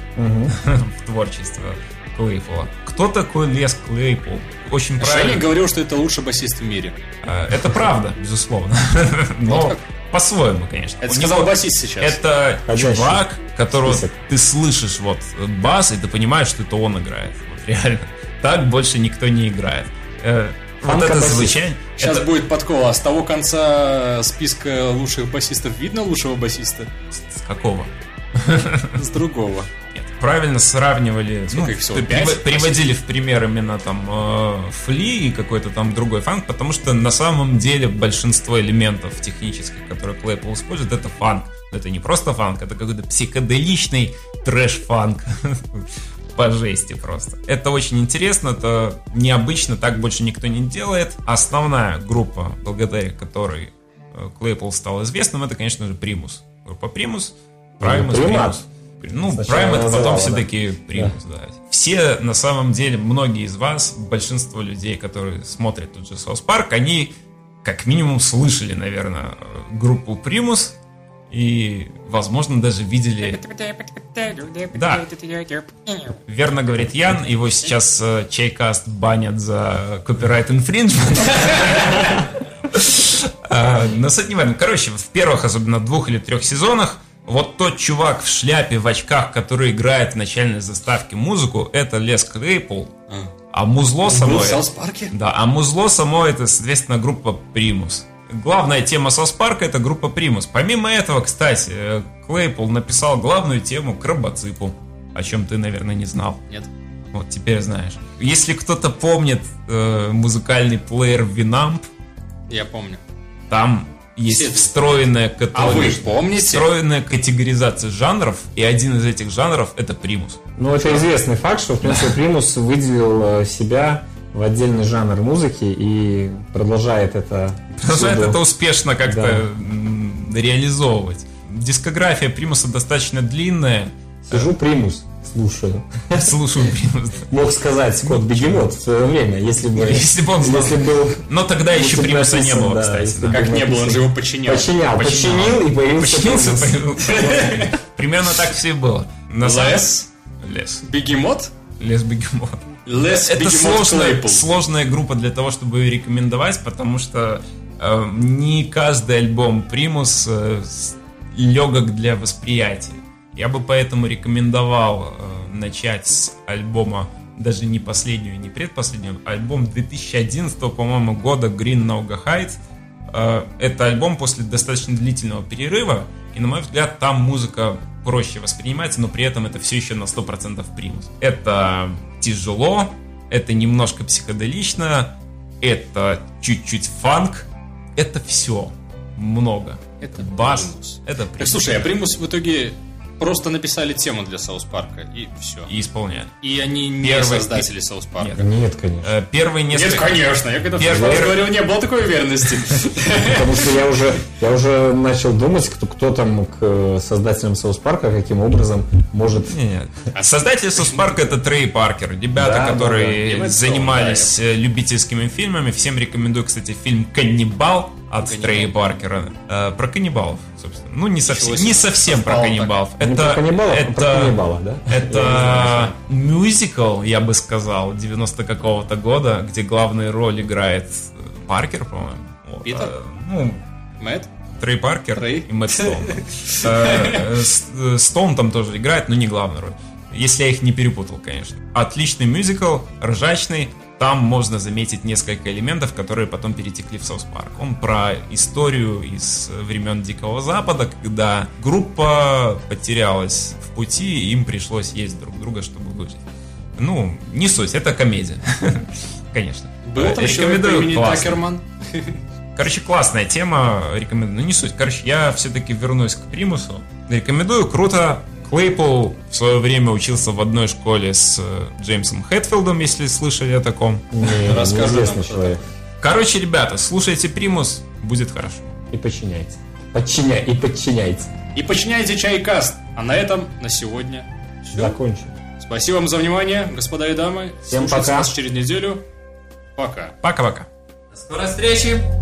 в творчество Клейпола. Кто такой Лес Клейпол? Очень правильно. Женя говорил, что это лучший басист в мире. Это правда, безусловно. Но по-своему, конечно. Это сказал басист сейчас. Это чувак, которого ты слышишь бас, и ты понимаешь, что это он играет. Вот реально. Так больше никто не играет. Вот это звучание. Сейчас будет подкола. С того конца списка лучших басистов видно лучшего басиста? С какого? С другого. Нет, правильно сравнивали. Приводили в пример именно там Фли и какой-то там другой фанк, потому что на самом деле большинство элементов технических, которые Клейпол использует, это фанк. Это не просто фанк, это какой-то психоделичный трэш-фанк. По жести просто. Это очень интересно, это необычно, так больше никто не делает. Основная группа, благодаря которой Клейпол стал известным, это, конечно же, Примус. Группа Примус, Праймус, Примус. Прайм это потом все-таки Примус, да. Все, на самом деле, многие из вас, большинство людей, которые смотрят тут же South Park, они как минимум слышали, наверное, группу Примус. И, возможно, даже видели... Да, верно говорит Ян, его сейчас Чайкаст банят за копирайт инфринджмент. Но суть не в этом. Короче, в первых, особенно 2 или 3 сезонах, вот тот чувак в шляпе, в очках, который играет в начальной заставке музыку, это Лес Клейпол. А музло само... Да, а музло само это, соответственно, группа Примус. Главная тема South Park это группа Примус. Помимо этого, кстати, Клейпол написал главную тему к Робоципу, о чем ты, наверное, не знал. Нет. Вот теперь знаешь. Если кто-то помнит музыкальный плеер Winamp, я помню. Там есть встроенная категоризация жанров, и один из этих жанров это Примус. Ну, это известный факт, что, в принципе, Примус выделил себя в отдельный жанр музыки и продолжает это успешно как-то реализовывать. Дискография Примуса достаточно длинная. Сижу Примус, слушаю. Слушаю Примус. Мог сказать Скотт Бегемот в свое время, если бы он знал. был. Но тогда еще Примуса не было, кстати. Как не было, он же его подчинял. Починил и появился Примус. Примерно так все и было. Лес Бегемот? Лес Бегемот. Это сложная группа для того, чтобы ее рекомендовать, потому что не каждый альбом Примус легок для восприятия. Я бы поэтому рекомендовал начать с альбома, даже не последнего, не предпоследнего, альбом 2011, по-моему, года Green Nauga Heights. Это альбом после достаточно длительного перерыва, и, на мой взгляд, там музыка проще воспринимается, но при этом это все еще на 100% Примус. Это тяжело, это немножко психоделично, это чуть-чуть фанк, это все много. Это бас, Примус. Это Примус. Так, слушай, а Примус в итоге просто написали тему для Саус Парка, и все. И исполняли. И они не создатели Саус Парка. Нет, конечно. Первые несколько... Нет, конечно. Я когда говорил, не было такой уверенности. Потому что я уже начал думать, кто там к создателям Саус Парка, каким образом может... Нет. Создатели Саус Парка это Трей Паркер. Ребята, которые занимались любительскими фильмами. Всем рекомендую, кстати, фильм «Каннибал». от Трея Паркера. Про каннибалов, собственно. Ну, не себе. совсем про каннибалов. Не про каннибалов, а про каннибалов, да? Это мюзикл, я бы сказал, 90 какого-то года, где главную роль играет Паркер, по-моему. Вот. Питер? Мэтт? Трей Паркер Трей? и Мэтт Стоун. Стоун там тоже играет, но не главную роль. Если я их не перепутал, конечно. Отличный мюзикл, ржачный. Там можно заметить несколько элементов, которые потом перетекли в Саус Парк. Он про историю из времен Дикого Запада, когда группа потерялась в пути, и им пришлось есть друг друга, чтобы выжить. Ну, не суть, это комедия. Конечно. Был там человек по имени Такерман. Короче, классная тема, рекомендую. Ну, не суть. Короче, я все-таки вернусь к Примусу. Рекомендую, круто. Клейпол в свое время учился в одной школе с Джеймсом Хэтфилдом, если слышали о таком. Неизвестный человек. Короче, ребята, слушайте Примус, будет хорошо. И подчиняйте. Подчиняйте. И подчиняйте Чайкаст. А на этом на сегодня все. Закончим. Спасибо вам за внимание, господа и дамы. Всем Слушайте пока. нас через неделю. Пока. Пока-пока. До скорой встречи!